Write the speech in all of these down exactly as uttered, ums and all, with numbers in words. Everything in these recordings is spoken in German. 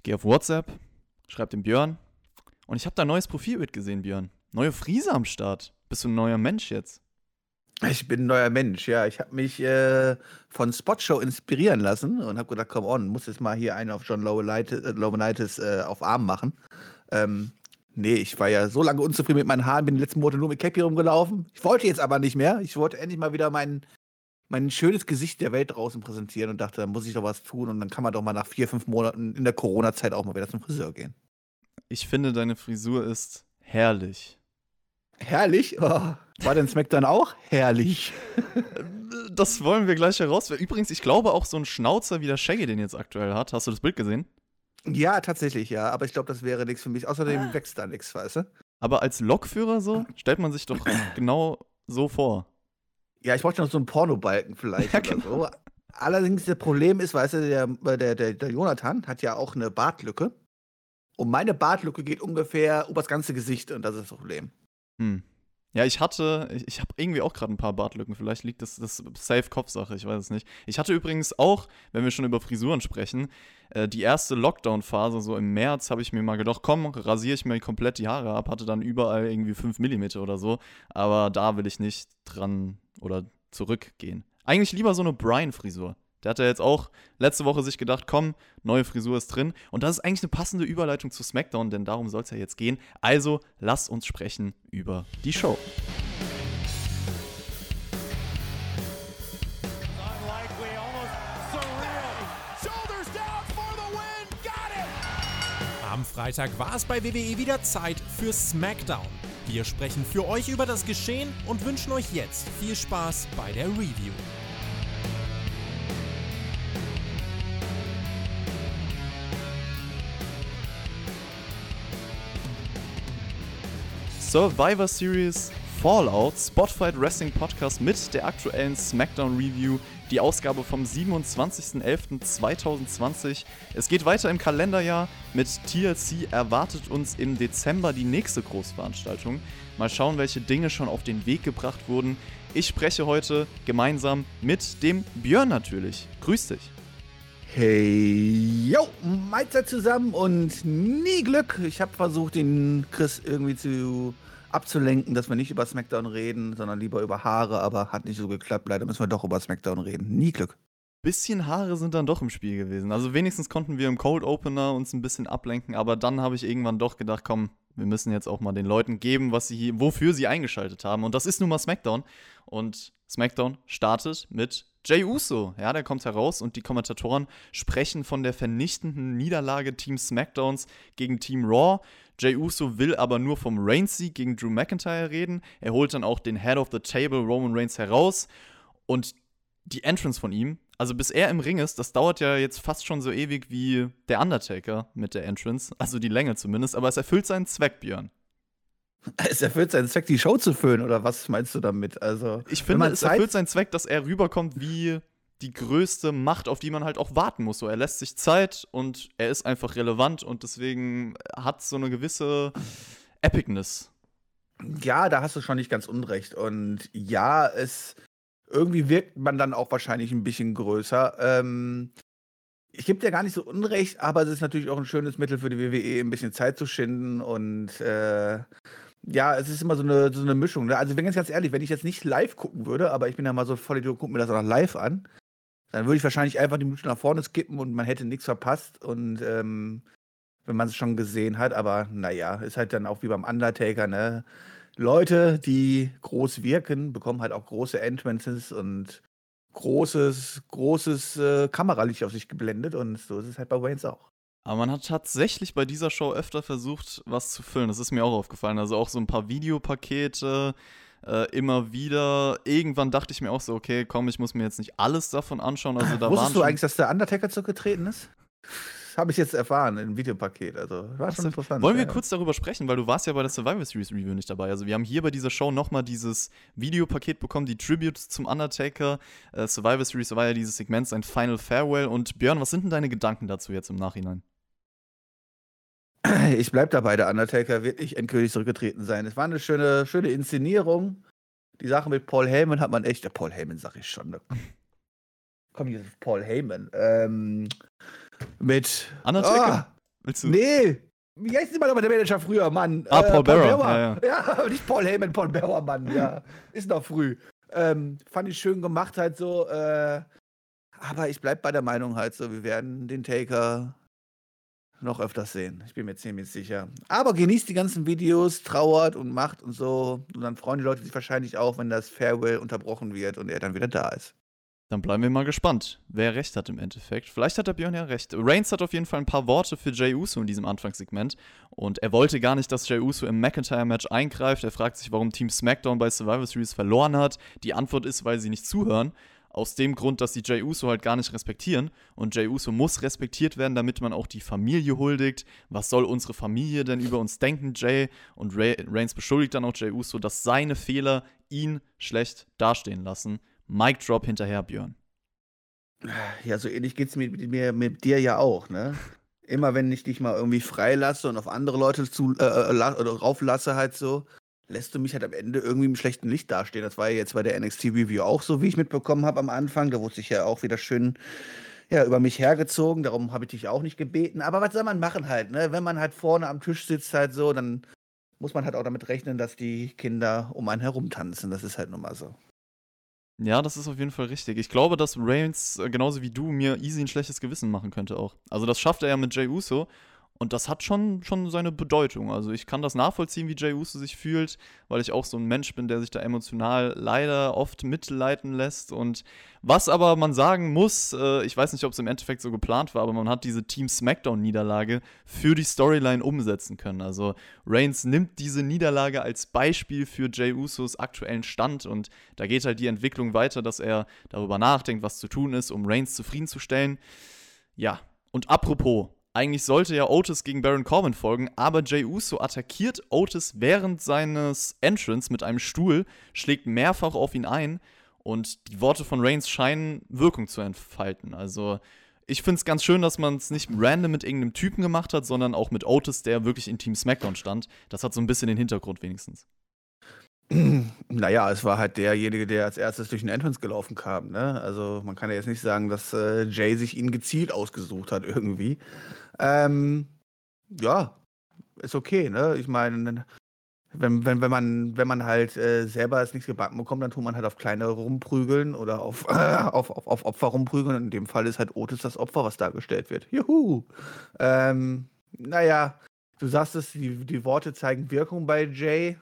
Ich gehe auf WhatsApp, schreibe dem Björn und ich habe da ein neues Profilbild gesehen, Björn. Neue Frise am Start. Bist du ein neuer Mensch jetzt? Ich bin ein neuer Mensch, ja. Ich habe mich äh, von Spot Show inspirieren lassen und habe gedacht, come on, muss jetzt mal hier einen auf John Laurinaitis äh, auf Arm machen. Ähm, nee, ich war ja so lange unzufrieden mit meinen Haaren, bin die letzten Monate nur mit Cappy rumgelaufen. Ich wollte jetzt aber nicht mehr. Ich wollte endlich mal wieder mein, mein schönes Gesicht der Welt draußen präsentieren und dachte, da muss ich doch was tun und dann kann man doch mal nach vier, fünf Monaten in der Corona-Zeit auch mal wieder zum Friseur gehen. Ich finde, deine Frisur ist herrlich. Herrlich? Oh, war denn SmackDown auch herrlich? Das wollen wir gleich herausfinden. Übrigens, ich glaube auch so ein Schnauzer wie der Shaggy den jetzt aktuell hat. Hast du das Bild gesehen? Ja, tatsächlich, ja. Aber ich glaube, das wäre nichts für mich. Außerdem wächst da nichts, weißt du? Aber als Lokführer so, stellt man sich doch genau so vor. Ja, ich bräuchte noch so einen Pornobalken vielleicht Ja, oder genau. so. Allerdings, das Problem ist, weißt du, der, der, der, der Jonathan hat ja auch eine Bartlücke. Und meine Bartlücke geht ungefähr über das ganze Gesicht und das ist das Problem. Hm. Ja, ich hatte, ich, ich habe irgendwie auch gerade ein paar Bartlücken. Vielleicht liegt das, das safe Kopfsache, ich weiß es nicht. Ich hatte übrigens auch, wenn wir schon über Frisuren sprechen, äh, die erste Lockdown-Phase, so im März, habe ich mir mal gedacht, komm, rasiere ich mir komplett die Haare ab. Hatte dann überall irgendwie fünf Millimeter oder so. Aber da will ich nicht dran oder zurückgehen. Eigentlich lieber so eine Brian-Frisur. Der hat ja jetzt auch letzte Woche sich gedacht, komm, neue Frisur ist drin. Und das ist eigentlich eine passende Überleitung zu SmackDown, denn darum soll es ja jetzt gehen. Also, lasst uns sprechen über die Show. Am Freitag war es bei W W E wieder Zeit für SmackDown. Wir sprechen für euch über das Geschehen und wünschen euch jetzt viel Spaß bei der Review. Survivor Series Fallout, Spotfight Wrestling Podcast mit der aktuellen SmackDown Review, die Ausgabe vom siebenundzwanzigsten elften zweitausendzwanzig. Es geht weiter im Kalenderjahr. Mit T L C erwartet uns im Dezember die nächste Großveranstaltung. Mal schauen, welche Dinge schon auf den Weg gebracht wurden. Ich spreche heute gemeinsam mit dem Björn natürlich. Grüß dich. Hey, yo, Mahlzeit zusammen und nie Glück. Ich habe versucht, den Chris irgendwie zu abzulenken, dass wir nicht über SmackDown reden, sondern lieber über Haare, aber hat nicht so geklappt. Leider müssen wir doch über SmackDown reden. Nie Glück. Bisschen Haare sind dann doch im Spiel gewesen. Also wenigstens konnten wir im Cold Opener uns ein bisschen ablenken, aber dann habe ich irgendwann doch gedacht, komm, wir müssen jetzt auch mal den Leuten geben, was sie hier, wofür sie eingeschaltet haben. Und das ist nun mal SmackDown. Und SmackDown startet mit Jey Uso. Ja, der kommt heraus und die Kommentatoren sprechen von der vernichtenden Niederlage Team SmackDowns gegen Team Raw. Jey Uso will aber nur vom Reigns-Sieg gegen Drew McIntyre reden. Er holt dann auch den Head of the Table Roman Reigns heraus. Und die Entrance von ihm, also bis er im Ring ist, das dauert ja jetzt fast schon so ewig wie der Undertaker mit der Entrance. Also die Länge zumindest, aber es erfüllt seinen Zweck, Björn. Es erfüllt seinen Zweck, die Show zu füllen, oder was meinst du damit? Also, ich finde, es Zeit erfüllt seinen Zweck, dass er rüberkommt wie die größte Macht, auf die man halt auch warten muss. So, er lässt sich Zeit und er ist einfach relevant und deswegen hat so eine gewisse Epicness. Ja, da hast du schon nicht ganz unrecht. Und ja, es irgendwie wirkt man dann auch wahrscheinlich ein bisschen größer. Ähm, ich gebe dir gar nicht so unrecht, aber es ist natürlich auch ein schönes Mittel für die W W E, ein bisschen Zeit zu schinden und äh, ja, es ist immer so eine, so eine Mischung. Ne? Also, wenn ganz, ganz ehrlich, wenn ich jetzt nicht live gucken würde, aber ich bin ja mal so voll Idiot, guck mir das auch noch live an, dann würde ich wahrscheinlich einfach die Minute nach vorne skippen und man hätte nichts verpasst. Und ähm, wenn man es schon gesehen hat, aber naja, ist halt dann auch wie beim Undertaker, ne? Leute, die groß wirken, bekommen halt auch große Entrances und großes, großes äh, Kameralicht auf sich geblendet und so ist es halt bei Waynes auch. Aber man hat tatsächlich bei dieser Show öfter versucht, was zu füllen. Das ist mir auch aufgefallen. Also auch so ein paar Videopakete, äh, immer wieder. Irgendwann dachte ich mir auch so, okay, komm, ich muss mir jetzt nicht alles davon anschauen. Also da Wusstest waren du schon eigentlich, dass der Undertaker zurückgetreten ist? Das habe ich jetzt erfahren im Videopaket. Also war schon interessant. Wollen wir ja. kurz darüber sprechen, weil du warst ja bei der Survivor Series Review nicht dabei. Also wir haben hier bei dieser Show nochmal dieses Videopaket bekommen, die Tributes zum Undertaker. Äh, Survivor Series war ja dieses Segment, sein Final Farewell. Und Björn, was sind denn deine Gedanken dazu jetzt im Nachhinein? Ich bleib dabei, der Undertaker wird nicht endgültig zurückgetreten sein. Es war eine schöne, schöne Inszenierung. Die Sache mit Paul Heyman hat man echt. Der Paul Heyman sag ich schon. Ne? Komm hier, Paul Heyman. Ähm, mit Undertaker? Willst du? Nee! Wie heißt immer noch der Manager früher, Mann? Ah, Paul äh, Bearer. Bearer. Ja, ja. Ja, nicht Paul Heyman, Paul Bearer, Mann. Ja, ist noch früh. Ähm, fand ich schön gemacht halt so. Äh, aber ich bleib bei der Meinung halt so, wir werden den Taker noch öfters sehen. Ich bin mir ziemlich sicher. Aber genießt die ganzen Videos, trauert und macht und so. Und dann freuen die Leute sich wahrscheinlich auch, wenn das Farewell unterbrochen wird und er dann wieder da ist. Dann bleiben wir mal gespannt, wer recht hat im Endeffekt. Vielleicht hat der Björn ja recht. Reigns hat auf jeden Fall ein paar Worte für Jey Uso in diesem Anfangssegment. Und er wollte gar nicht, dass Jey Uso im McIntyre-Match eingreift. Er fragt sich, warum Team SmackDown bei Survivor Series verloren hat. Die Antwort ist, weil sie nicht zuhören. Aus dem Grund, dass sie Jey Uso halt gar nicht respektieren. Und Jey Uso muss respektiert werden, damit man auch die Familie huldigt. Was soll unsere Familie denn über uns denken, Jey? Und Re- Reigns beschuldigt dann auch Jey Uso, dass seine Fehler ihn schlecht dastehen lassen. Mic Drop hinterher, Björn. Ja, so ähnlich geht's mit, mit mir, mit dir ja auch, ne? Immer wenn ich dich mal irgendwie freilasse und auf andere Leute zu, äh, la- oder rauflasse halt so, lässt du mich halt am Ende irgendwie im schlechten Licht dastehen. Das war ja jetzt bei der N X T-Review auch so, wie ich mitbekommen habe am Anfang. Da wurde sich ja auch wieder schön ja, über mich hergezogen. Darum habe ich dich auch nicht gebeten. Aber was soll man machen halt, ne? Wenn man halt vorne am Tisch sitzt halt so, dann muss man halt auch damit rechnen, dass die Kinder um einen herum tanzen. Das ist halt nun mal so. Ja, das ist auf jeden Fall richtig. Ich glaube, dass Reigns, äh, genauso wie du, mir easy ein schlechtes Gewissen machen könnte auch. Also das schafft er ja mit Jey Uso und das hat schon, schon seine Bedeutung. Also ich kann das nachvollziehen, wie Jey Uso sich fühlt, weil ich auch so ein Mensch bin, der sich da emotional leider oft mitleiten lässt. Und was aber man sagen muss, äh, ich weiß nicht, ob es im Endeffekt so geplant war, aber man hat diese Team SmackDown-Niederlage für die Storyline umsetzen können. Also Reigns nimmt diese Niederlage als Beispiel für Jey Usos aktuellen Stand und da geht halt die Entwicklung weiter, dass er darüber nachdenkt, was zu tun ist, um Reigns zufriedenzustellen. Ja, und apropos, eigentlich sollte ja Otis gegen Baron Corbin folgen, aber Jey Uso attackiert Otis während seines Entrance mit einem Stuhl, schlägt mehrfach auf ihn ein und die Worte von Reigns scheinen Wirkung zu entfalten. Also ich finde es ganz schön, dass man es nicht random mit irgendeinem Typen gemacht hat, sondern auch mit Otis, der wirklich in Team SmackDown stand. Das hat so ein bisschen den Hintergrund wenigstens. Naja, es war halt derjenige, der als erstes durch den Entrance gelaufen kam, ne? Also man kann ja jetzt nicht sagen, dass äh, Jay sich ihn gezielt ausgesucht hat irgendwie. Ähm, ja, ist okay, ne? Ich meine, wenn, wenn, wenn man, wenn man halt äh, selber es nichts gebacken bekommt, dann tut man halt auf kleine rumprügeln oder auf, äh, auf, auf, auf Opfer rumprügeln. Und in dem Fall ist halt Otis das Opfer, was dargestellt wird. Juhu! Ähm, naja, du sagst es, die, die Worte zeigen Wirkung bei Jay.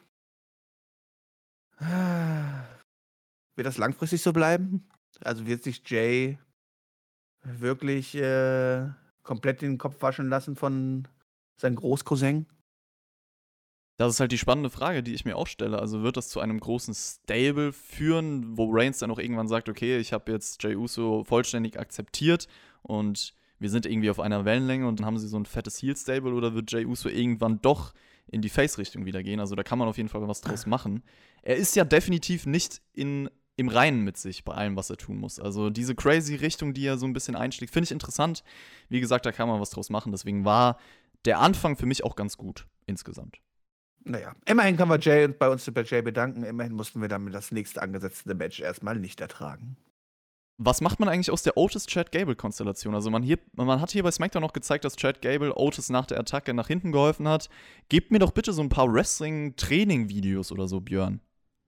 Wird das langfristig so bleiben? Also wird sich Jay wirklich äh, komplett den Kopf waschen lassen von seinem Großcousin? Das ist halt die spannende Frage, die ich mir auch stelle. Also wird das zu einem großen Stable führen, wo Reigns dann auch irgendwann sagt, okay, ich habe jetzt Jey Uso vollständig akzeptiert und wir sind irgendwie auf einer Wellenlänge und dann haben sie so ein fettes Heel-Stable, oder wird Jey Uso irgendwann doch in die Face-Richtung wieder gehen? Also da kann man auf jeden Fall was draus machen. Er ist ja definitiv nicht in, im Reinen mit sich bei allem, was er tun muss. Also diese crazy Richtung, die er so ein bisschen einschlägt, finde ich interessant. Wie gesagt, da kann man was draus machen. Deswegen war der Anfang für mich auch ganz gut insgesamt. Naja, immerhin können wir Jay bei uns bei Jay bedanken. Immerhin mussten wir dann das nächste angesetzte Match erstmal nicht ertragen. Was macht man eigentlich aus der Otis-Chad Gable-Konstellation? Also man, hier, man hat hier bei SmackDown noch gezeigt, dass Chad Gable Otis nach der Attacke nach hinten geholfen hat. Gebt mir doch bitte so ein paar Wrestling-Training-Videos oder so, Björn.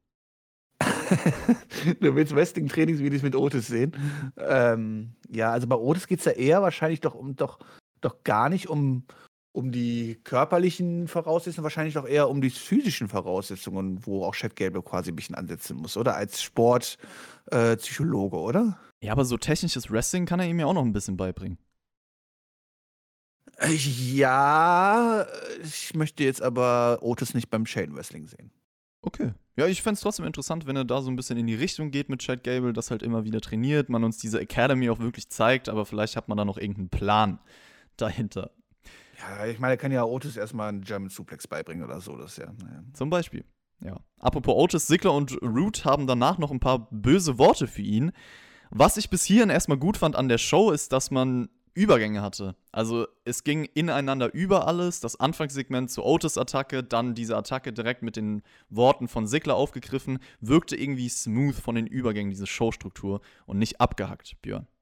Du willst Wrestling-Trainingsvideos mit Otis sehen? Ähm, ja, also bei Otis geht es ja eher wahrscheinlich doch um doch, doch gar nicht um, um die körperlichen Voraussetzungen, wahrscheinlich doch eher um die physischen Voraussetzungen, wo auch Chad Gable quasi ein bisschen ansetzen muss, oder? Als Sportpsychologe, äh, oder? Ja, aber so technisches Wrestling kann er ihm ja auch noch ein bisschen beibringen. Ja, ich möchte jetzt aber Otis nicht beim Chain Wrestling sehen. Okay. Ja, ich fände es trotzdem interessant, wenn er da so ein bisschen in die Richtung geht mit Chad Gable, das halt immer wieder trainiert, man uns diese Academy auch wirklich zeigt, aber vielleicht hat man da noch irgendeinen Plan dahinter. Ja, ich meine, er kann ja Otis erstmal einen German Suplex beibringen oder so, das ja. Naja. Zum Beispiel. Ja. Apropos Otis, Ziggler und Root haben danach noch ein paar böse Worte für ihn. Was ich bis hierhin erstmal gut fand an der Show, ist, dass man Übergänge hatte. Also es ging ineinander über alles. Das Anfangssegment zur Otis-Attacke, dann diese Attacke direkt mit den Worten von Ziggler aufgegriffen, wirkte irgendwie smooth von den Übergängen, diese Showstruktur und nicht abgehackt, Björn.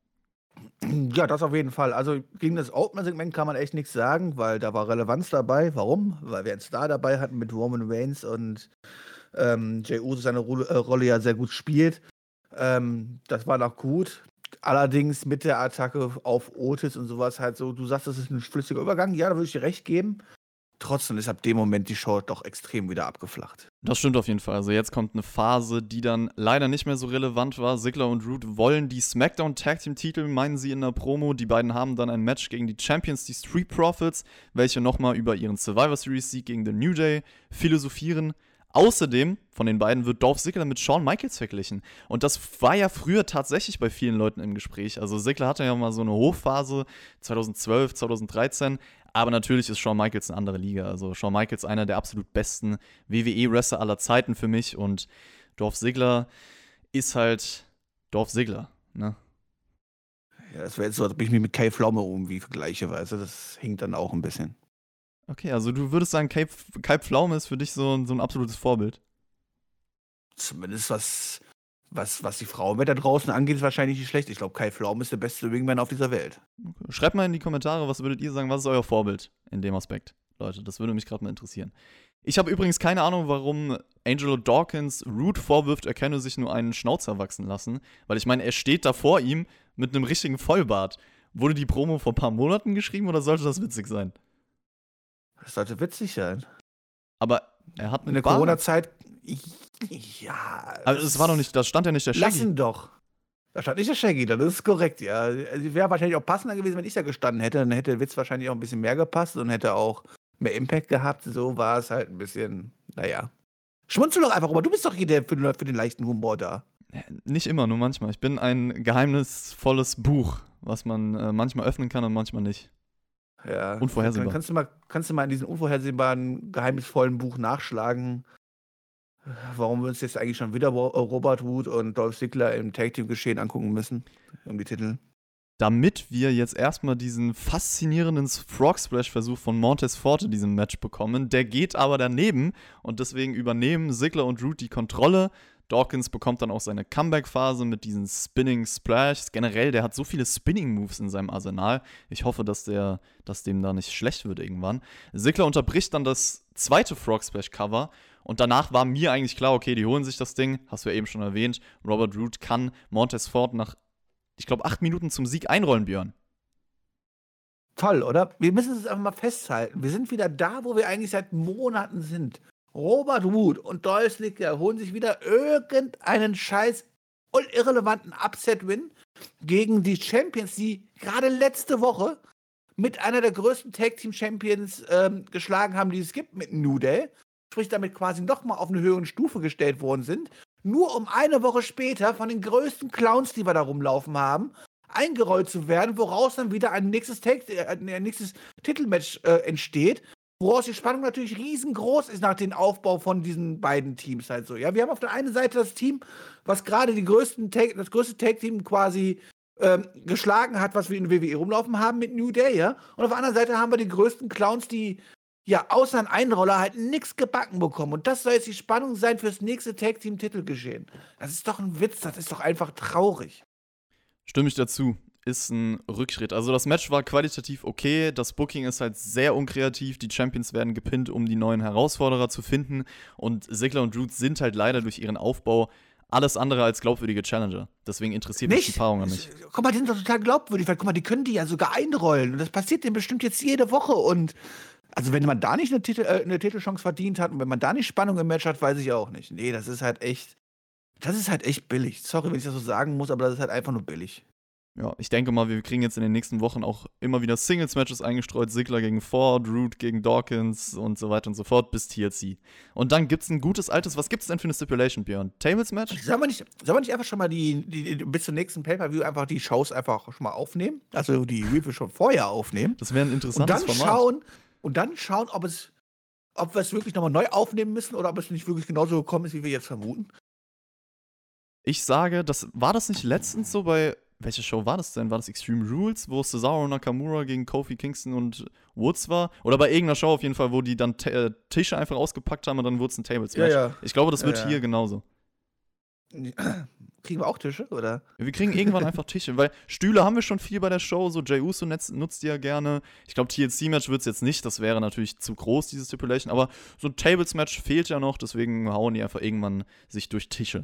Ja, das auf jeden Fall. Also gegen das Opener-Segment kann man echt nichts sagen, weil da war Relevanz dabei. Warum? Weil wir einen Star dabei hatten mit Roman Reigns und ähm, Jey Uso seine Ro äh, Rolle ja sehr gut spielt. Ähm, das war noch gut. Allerdings mit der Attacke auf Otis und sowas halt so, du sagst, das ist ein flüssiger Übergang. Ja, da würde ich dir recht geben. Trotzdem ist ab dem Moment die Show doch extrem wieder abgeflacht. Das stimmt auf jeden Fall. Also jetzt kommt eine Phase, die dann leider nicht mehr so relevant war. Ziggler und Roode wollen die SmackDown Tag Team Titel, meinen sie in der Promo. Die beiden haben dann ein Match gegen die Champions, die Street Profits, welche nochmal über ihren Survivor Series Sieg gegen The New Day philosophieren. Außerdem, von den beiden wird Dolph Ziggler mit Shawn Michaels verglichen. Und das war ja früher tatsächlich bei vielen Leuten im Gespräch. Also Ziggler hatte ja mal so eine Hochphase, zweitausendzwölf, zweitausenddreizehn. Aber natürlich ist Shawn Michaels eine andere Liga. Also Shawn Michaels einer der absolut besten W W E-Wrestler aller Zeiten für mich. Und Dolph Ziggler ist halt Dolph Ziggler, ne? Ja, das wäre jetzt so, als ob ich mich mit Kai Pflaume irgendwie vergleiche, weißt du, das hinkt dann auch ein bisschen. Okay, also du würdest sagen, Kai, Kai Pflaume ist für dich so, so ein absolutes Vorbild? Zumindest was, was, was die Frauenwelt da draußen angeht, ist wahrscheinlich nicht schlecht. Ich glaube, Kai Pflaume ist der beste Wingman auf dieser Welt. Okay. Schreibt mal in die Kommentare, was würdet ihr sagen, was ist euer Vorbild in dem Aspekt? Leute, das würde mich gerade mal interessieren. Ich habe übrigens keine Ahnung, warum Angelo Dawkins Roode vorwirft, er könne sich nur einen Schnauzer wachsen lassen. Weil ich meine, er steht da vor ihm mit einem richtigen Vollbart. Wurde die Promo vor ein paar Monaten geschrieben oder sollte das witzig sein? Das sollte witzig sein. Aber er hat in der Corona-Zeit, ja. Aber es war doch nicht, da stand ja nicht der Shaggy. Lassen doch. Da stand nicht der Shaggy, das ist korrekt, ja. Also wäre wahrscheinlich auch passender gewesen, wenn ich da gestanden hätte. Dann hätte der Witz wahrscheinlich auch ein bisschen mehr gepasst und hätte auch mehr Impact gehabt. So war es halt ein bisschen, naja. Schmunzel doch einfach, aber du bist doch hier der für, für den leichten Humor da. Nicht immer, nur manchmal. Ich bin ein geheimnisvolles Buch, was man äh, manchmal öffnen kann und manchmal nicht. Ja. Unvorhersehbar. Dann kannst du mal, kannst du mal in diesem unvorhersehbaren, geheimnisvollen Buch nachschlagen, warum wir uns jetzt eigentlich schon wieder Robert Roode und Dolph Ziggler im Tag-Team-Geschehen angucken müssen, um die Titel. Damit wir jetzt erstmal diesen faszinierenden Frog-Splash-Versuch von Montez Ford in diesem Match bekommen. Der geht aber daneben und deswegen übernehmen Ziggler und Roode die Kontrolle. Dawkins bekommt dann auch seine Comeback-Phase mit diesen Spinning Splashs. Generell, der hat so viele Spinning-Moves in seinem Arsenal. Ich hoffe, dass, der, dass dem da nicht schlecht wird irgendwann. Ziggler unterbricht dann das zweite Frog-Splash-Cover. Und danach war mir eigentlich klar, okay, die holen sich das Ding. Hast du ja eben schon erwähnt. Robert Roode kann Montez Ford nach, ich glaube, acht Minuten zum Sieg einrollen, Björn. Toll, oder? Wir müssen es einfach mal festhalten. Wir sind wieder da, wo wir eigentlich seit Monaten sind. Robert Roode und Dolph Ziggler holen sich wieder irgendeinen scheiß und irrelevanten Upset-Win gegen die Champions, die gerade letzte Woche mit einer der größten Tag-Team-Champions ähm, geschlagen haben, die es gibt, mit New Day. Sprich, damit quasi nochmal auf eine höhere Stufe gestellt worden sind. Nur um eine Woche später von den größten Clowns, die wir da rumlaufen haben, eingerollt zu werden, woraus dann wieder ein nächstes, Take, äh, ein nächstes Titelmatch äh, entsteht. Woraus die Spannung natürlich riesengroß ist nach dem Aufbau von diesen beiden Teams halt so. Ja, wir haben auf der einen Seite das Team, was gerade die größten Tag, das größte Tag-Team quasi ähm, geschlagen hat, was wir in W W E rumlaufen haben mit New Day, ja. Und auf der anderen Seite haben wir die größten Clowns, die ja außer einem Einroller halt nichts gebacken bekommen. Und das soll jetzt die Spannung sein fürs nächste Tag-Team-Titelgeschehen. Das ist doch ein Witz, das ist doch einfach traurig. Stimme ich dazu. Ist ein Rückschritt. Also das Match war qualitativ okay, das Booking ist halt sehr unkreativ, die Champions werden gepinnt, um die neuen Herausforderer zu finden und Ziggler und Roode sind halt leider durch ihren Aufbau alles andere als glaubwürdige Challenger. Deswegen interessiert mich die Paarung nicht. Guck mal, die sind doch total glaubwürdig, weil guck mal, die können die ja sogar einrollen und das passiert denen bestimmt jetzt jede Woche und also wenn man da nicht eine, Titel, äh, eine Titelchance verdient hat und wenn man da nicht Spannung im Match hat, weiß ich auch nicht. Nee, das ist halt echt, das ist halt echt billig. Sorry, wenn ich das so sagen muss, aber das ist halt einfach nur billig. Ja, ich denke mal, wir kriegen jetzt in den nächsten Wochen auch immer wieder Singles-Matches eingestreut. Ziggler gegen Ford, Roode gegen Dawkins und so weiter und so fort bis T L C. Und dann gibt's ein gutes altes, was gibt's denn für eine Stipulation, Björn? Tables-Match? Sollen wir nicht, sollen wir nicht einfach schon mal die, die, die bis zum nächsten Pay-Per-View einfach die Shows einfach schon mal aufnehmen? Also die Review schon vorher aufnehmen. Das wäre ein interessantes und dann Format. Schauen, und dann schauen, ob es, ob wir es wirklich nochmal neu aufnehmen müssen oder ob es nicht wirklich genauso gekommen ist, wie wir jetzt vermuten. Ich sage, das war das nicht letztens so bei, welche Show war das denn? War das Extreme Rules, wo Cesaro Nakamura gegen Kofi Kingston und Woods war? Oder bei irgendeiner Show auf jeden Fall, wo die dann T- äh, Tische einfach ausgepackt haben und dann wurde es ein Tables-Match. Ja, ja. Ich glaube, das wird Ja, ja. hier genauso. kriegen wir auch Tische, oder? Wir kriegen irgendwann einfach Tische, weil Stühle haben wir schon viel bei der Show, so Jey Uso nutzt, nutzt die ja gerne. Ich glaube, T L C-Match wird es jetzt nicht, das wäre natürlich zu groß, diese Stipulation, aber so ein Tables-Match fehlt ja noch, deswegen hauen die einfach irgendwann sich durch Tische.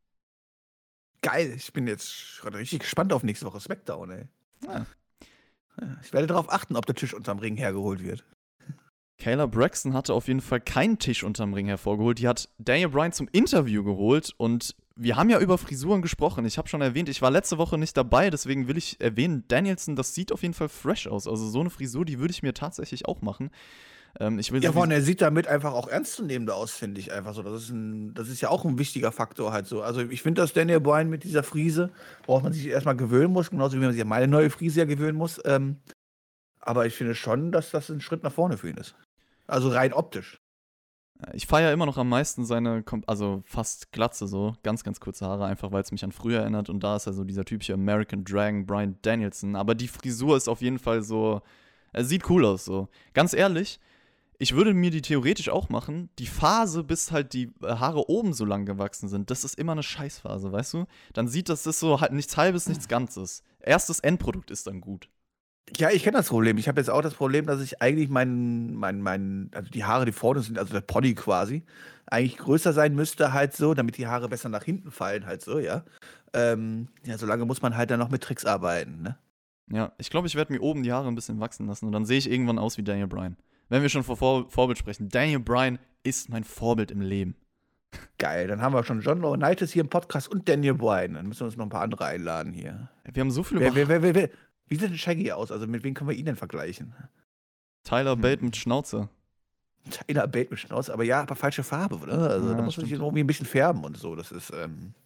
Geil, ich bin jetzt schon richtig gespannt auf nächste Woche Smackdown, ey. Ja. Ich werde darauf achten, ob der Tisch unterm Ring hergeholt wird. Kayla Braxton hatte auf jeden Fall keinen Tisch unterm Ring hervorgeholt. Die hat Daniel Bryan zum Interview geholt und wir haben ja über Frisuren gesprochen. Ich habe schon erwähnt, ich war letzte Woche nicht dabei, deswegen will ich erwähnen, Danielson, das sieht auf jeden Fall fresh aus. Also so eine Frisur, die würde ich mir tatsächlich auch machen. Ähm, ich will Ja, sowieso- von er sieht damit einfach auch ernstzunehmender aus, finde ich einfach so. Das ist, ein, das ist ja auch ein wichtiger Faktor halt so. Also ich finde, dass Daniel Bryan mit dieser Frise, worauf man sich erstmal gewöhnen muss, genauso wie man sich an meine neue Frise ja gewöhnen muss. Ähm, aber ich finde schon, dass das ein Schritt nach vorne für ihn ist. Also rein optisch. Ich feiere immer noch am meisten seine, kom- also fast Glatze so, ganz, ganz kurze Haare, einfach weil es mich an früher erinnert und da ist er so dieser typische American Dragon, Bryan Danielson, aber die Frisur ist auf jeden Fall so, er sieht cool aus so. Ganz ehrlich, ich würde mir die theoretisch auch machen, die Phase, bis halt die äh, Haare oben so lang gewachsen sind, das ist immer eine Scheißphase, weißt du? Dann sieht das, das ist so halt nichts Halbes, nichts Ganzes. Erst das Endprodukt ist dann gut. Ja, ich kenne das Problem. Ich habe jetzt auch das Problem, dass ich eigentlich mein, mein, mein, also die Haare, die vorne sind, also der Pony quasi, eigentlich größer sein müsste halt so, damit die Haare besser nach hinten fallen halt so, ja. Ähm, ja, solange muss man halt dann noch mit Tricks arbeiten, ne? Ja, ich glaube, ich werde mir oben die Haare ein bisschen wachsen lassen und dann sehe ich irgendwann aus wie Daniel Bryan. Wenn wir schon vor Vor- Vorbild sprechen, Daniel Bryan ist mein Vorbild im Leben. Geil, dann haben wir schon John Laurinaitis hier im Podcast und Daniel Bryan. Dann müssen wir uns noch ein paar andere einladen hier. Wir haben so viele Wer, wer, wer, wer, wer, wie sieht denn Shaggy aus? Also mit wem können wir ihn denn vergleichen? Tyler Bate mit Schnauze. Tyler Bate mit Schnauze, aber ja, aber falsche Farbe, oder? Also Ja, da muss man sich stimmt. irgendwie ein bisschen färben und so. Das ist, ähm.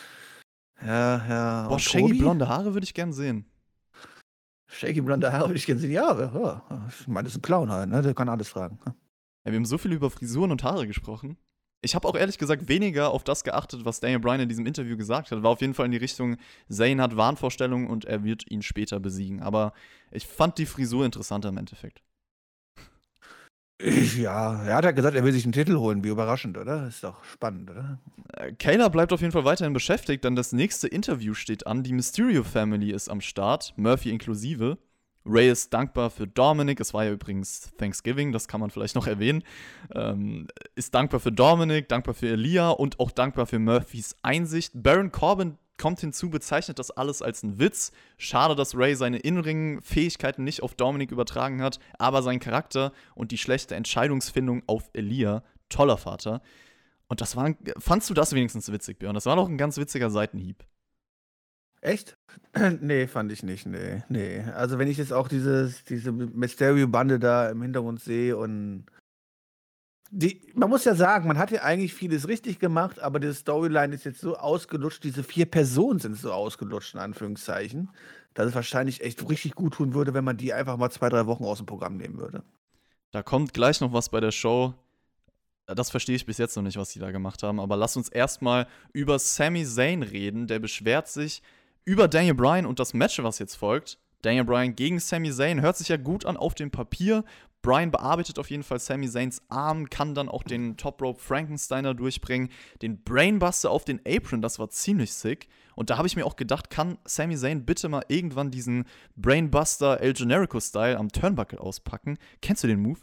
Ja, ja. Boah, Und shaggy Tobi? blonde Haare würde ich gern sehen. Shaggy blonde Haare würde ich gerne sehen. Ja, ja, ich meine, das ist ein Clown halt, ne? Der kann alles tragen. Ja, wir haben so viel über Frisuren und Haare gesprochen. Ich habe auch ehrlich gesagt weniger auf das geachtet, was Daniel Bryan in diesem Interview gesagt hat. War auf jeden Fall in die Richtung, Zayn hat Wahnvorstellungen und er wird ihn später besiegen. Aber ich fand die Frisur interessanter im Endeffekt. Ja, er hat ja gesagt, er will sich einen Titel holen. Wie überraschend, oder? Ist doch spannend, oder? Äh, Kayla bleibt auf jeden Fall weiterhin beschäftigt, denn das nächste Interview steht an. Die Mysterio Family ist am Start, Murphy inklusive. Ray ist dankbar für Dominic, es war ja übrigens Thanksgiving, das kann man vielleicht noch erwähnen. Ähm, ist dankbar für Dominic, dankbar für Elia und auch dankbar für Murphys Einsicht. Baron Corbin kommt hinzu, bezeichnet das alles als einen Witz. Schade, dass Ray seine Innenring-Fähigkeiten nicht auf Dominic übertragen hat, aber sein Charakter und die schlechte Entscheidungsfindung auf Elia, toller Vater. Und das war, fandst du das wenigstens witzig, Björn? Das war doch ein ganz witziger Seitenhieb. Echt? Nee, fand ich nicht, nee, nee. Also wenn ich jetzt auch dieses, diese Mysterio-Bande da im Hintergrund sehe und die, man muss ja sagen, man hat ja eigentlich vieles richtig gemacht, aber die Storyline ist jetzt so ausgelutscht, diese vier Personen sind so ausgelutscht, in Anführungszeichen, dass es wahrscheinlich echt richtig gut tun würde, wenn man die einfach mal zwei, drei Wochen aus dem Programm nehmen würde. Da kommt gleich noch was bei der Show. Das verstehe ich bis jetzt noch nicht, was die da gemacht haben, aber lass uns erstmal über Sami Zayn reden. Der beschwert sich über Daniel Bryan und das Match, was jetzt folgt. Daniel Bryan gegen Sami Zayn hört sich ja gut an auf dem Papier. Bryan bearbeitet auf jeden Fall Sami Zayns Arm, kann dann auch den Top Rope Frankensteiner durchbringen. Den Brainbuster auf den Apron, das war ziemlich sick. Und da habe ich mir auch gedacht, kann Sami Zayn bitte mal irgendwann diesen Brainbuster El Generico-Style am Turnbuckle auspacken? Kennst du den Move?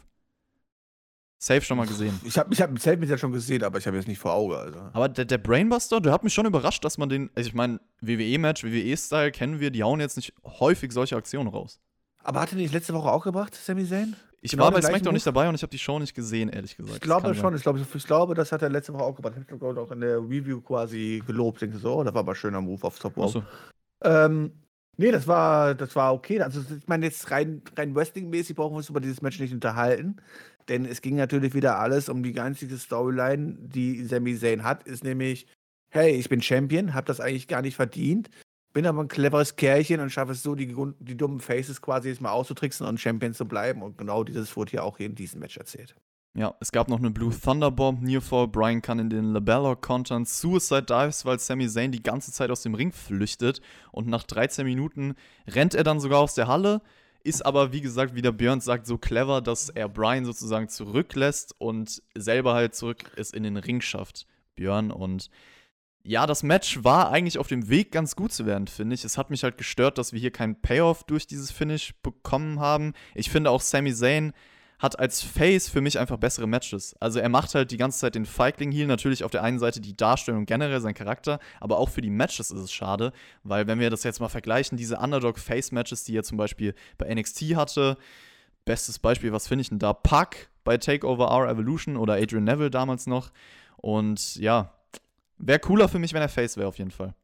Safe schon mal gesehen. Ich habe ich hab Zelt mit ja schon gesehen, aber ich habe jetzt nicht vor Auge. Also. Aber der, der Brainbuster, der hat mich schon überrascht, dass man den, also ich meine, W W E-Match, W W E-Style kennen wir, die hauen jetzt nicht häufig solche Aktionen raus. Aber hat er nicht letzte Woche auch gebracht, Sami Zayn? Ich Genau war bei den gleichen SmackDown nicht Move? dabei und ich habe die Show nicht gesehen, ehrlich gesagt. Ich Das glaube kann schon, sein. ich glaube, ich glaube, das hat er letzte Woche auch gebracht. Ich habe auch in der Review quasi gelobt. Denke so, oh, das war aber ein schöner Move aufs Top Rope. Achso. Ähm, nee, das war, das war okay. Also, ich meine, jetzt rein, rein Wrestling-mäßig brauchen wir uns über dieses Match nicht unterhalten. Denn es ging natürlich wieder alles um die einzige Storyline, die Sami Zayn hat, ist nämlich, hey, ich bin Champion, hab das eigentlich gar nicht verdient, bin aber ein cleveres Kerlchen und schaffe es so, die, die dummen Faces quasi jetzt mal auszutricksen und Champion zu bleiben. Und genau dieses wurde hier auch hier in diesem Match erzählt. Ja, es gab noch eine Blue Thunderbomb, Nearfall, Bryan kann in den Labella kontern, Suicide Dives, weil Sami Zayn die ganze Zeit aus dem Ring flüchtet und nach dreizehn Minuten rennt er dann sogar aus der Halle, ist aber, wie gesagt, wie der Björn sagt, so clever, dass er Bryan sozusagen zurücklässt und selber halt zurück es in den Ring schafft, Björn. Und Ja, das Match war eigentlich auf dem Weg, ganz gut zu werden, finde ich. Es hat mich halt gestört, dass wir hier keinen Payoff durch dieses Finish bekommen haben. Ich finde auch, Sami Zayn hat als Face für mich einfach bessere Matches. Also er macht halt die ganze Zeit den Feigling-Heel. Natürlich auf der einen Seite die Darstellung generell, sein Charakter, aber auch für die Matches ist es schade, weil wenn wir das jetzt mal vergleichen, diese Underdog-Face-Matches, die er zum Beispiel bei N X T hatte, bestes Beispiel, was finde ich denn da? Pac bei Takeover Our Evolution oder Adrian Neville damals noch. Und ja, wäre cooler für mich, wenn er Face wäre auf jeden Fall.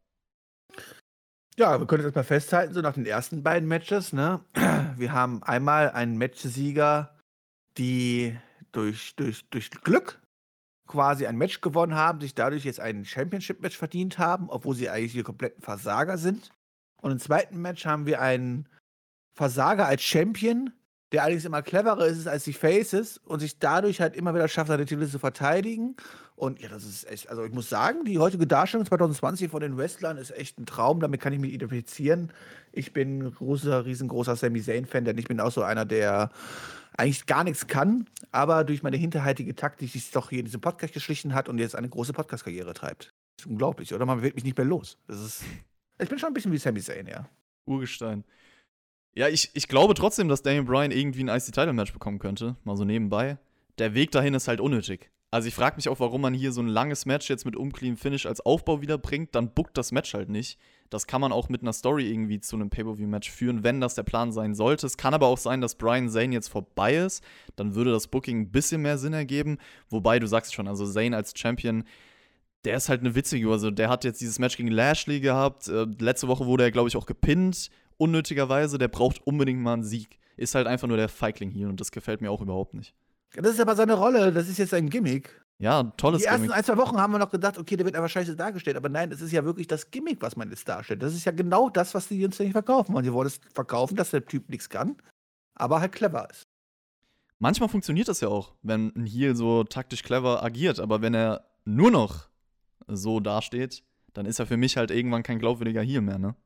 Ja, wir können jetzt mal festhalten, so nach den ersten beiden Matches, ne? Wir haben einmal einen Matchsieger, die durch, durch, durch Glück quasi ein Match gewonnen haben, sich dadurch jetzt ein Championship-Match verdient haben, obwohl sie eigentlich die kompletten Versager sind. Und im zweiten Match haben wir einen Versager als Champion, der allerdings immer cleverer ist als die Faces und sich dadurch halt immer wieder schafft, seine Titel zu verteidigen. Und ja, das ist echt, also ich muss sagen, die heutige Darstellung zwanzig zwanzig von den Wrestlern ist echt ein Traum, damit kann ich mich identifizieren. Ich bin ein großer, riesengroßer Sami Zayn-Fan, denn ich bin auch so einer, der eigentlich gar nichts kann, aber durch meine hinterhältige Taktik sich doch hier in diesem Podcast geschlichen hat und jetzt eine große Podcast-Karriere treibt. Das ist unglaublich, oder? Man wird mich nicht mehr los. Das ist, ich bin schon ein bisschen wie Sami Zayn, ja. Urgestein. Ja, ich, ich glaube trotzdem, dass Daniel Bryan irgendwie ein I C-Title-Match bekommen könnte. Mal so nebenbei. Der Weg dahin ist halt unnötig. Also ich frage mich auch, warum man hier so ein langes Match jetzt mit unclean Finish als Aufbau wiederbringt. Dann bookt das Match halt nicht. Das kann man auch mit einer Story irgendwie zu einem Pay-Per-View-Match führen, wenn das der Plan sein sollte. Es kann aber auch sein, dass Bryan Zayn jetzt vorbei ist. Dann würde das Booking ein bisschen mehr Sinn ergeben. Wobei, du sagst schon, also Zayn als Champion, der ist halt eine witzige. Also der hat jetzt dieses Match gegen Lashley gehabt. Äh, letzte Woche wurde er, glaube ich, auch gepinnt. Unnötigerweise, der braucht unbedingt mal einen Sieg. Ist halt einfach nur der Feigling hier und das gefällt mir auch überhaupt nicht. Das ist aber seine Rolle, das ist jetzt ein Gimmick. Ja, ein tolles Die ersten Gimmick. ein, zwei Wochen haben wir noch gedacht, okay, der wird aber scheiße dargestellt. Aber nein, es ist ja wirklich das Gimmick, was man jetzt darstellt. Das ist ja genau das, was die uns nicht verkaufen wollen. Die wollen es verkaufen, dass der Typ nichts kann, aber halt clever ist. Manchmal funktioniert das ja auch, wenn ein Heel so taktisch clever agiert. Aber wenn er nur noch so dasteht, dann ist er für mich halt irgendwann kein glaubwürdiger Heel mehr, ne?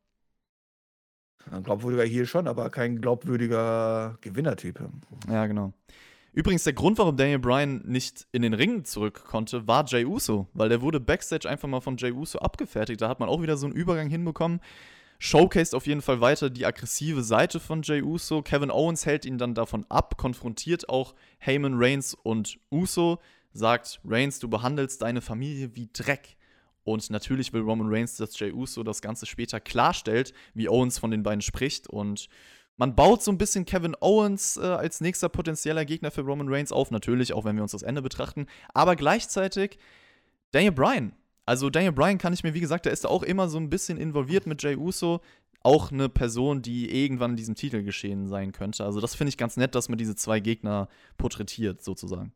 Ein glaubwürdiger Heel schon, aber kein glaubwürdiger Gewinnertyp. Ja, genau. Übrigens, der Grund, warum Daniel Bryan nicht in den Ring zurück konnte, war Jey Uso, weil der wurde Backstage einfach mal von Jey Uso abgefertigt. Da hat man auch wieder so einen Übergang hinbekommen. Showcased auf jeden Fall weiter die aggressive Seite von Jey Uso. Kevin Owens hält ihn dann davon ab, konfrontiert auch Heyman, Reigns und Uso, sagt, Reigns, du behandelst deine Familie wie Dreck. Und natürlich will Roman Reigns, dass Jey Uso das Ganze später klarstellt, wie Owens von den beiden spricht. Und man baut so ein bisschen Kevin Owens äh, als nächster potenzieller Gegner für Roman Reigns auf. Natürlich, auch wenn wir uns das Ende betrachten. Aber gleichzeitig Daniel Bryan. Also Daniel Bryan kann ich mir, wie gesagt, der ist da auch immer so ein bisschen involviert mit Jey Uso. Auch eine Person, die irgendwann in diesem Titel geschehen sein könnte. Also das finde ich ganz nett, dass man diese zwei Gegner porträtiert, sozusagen.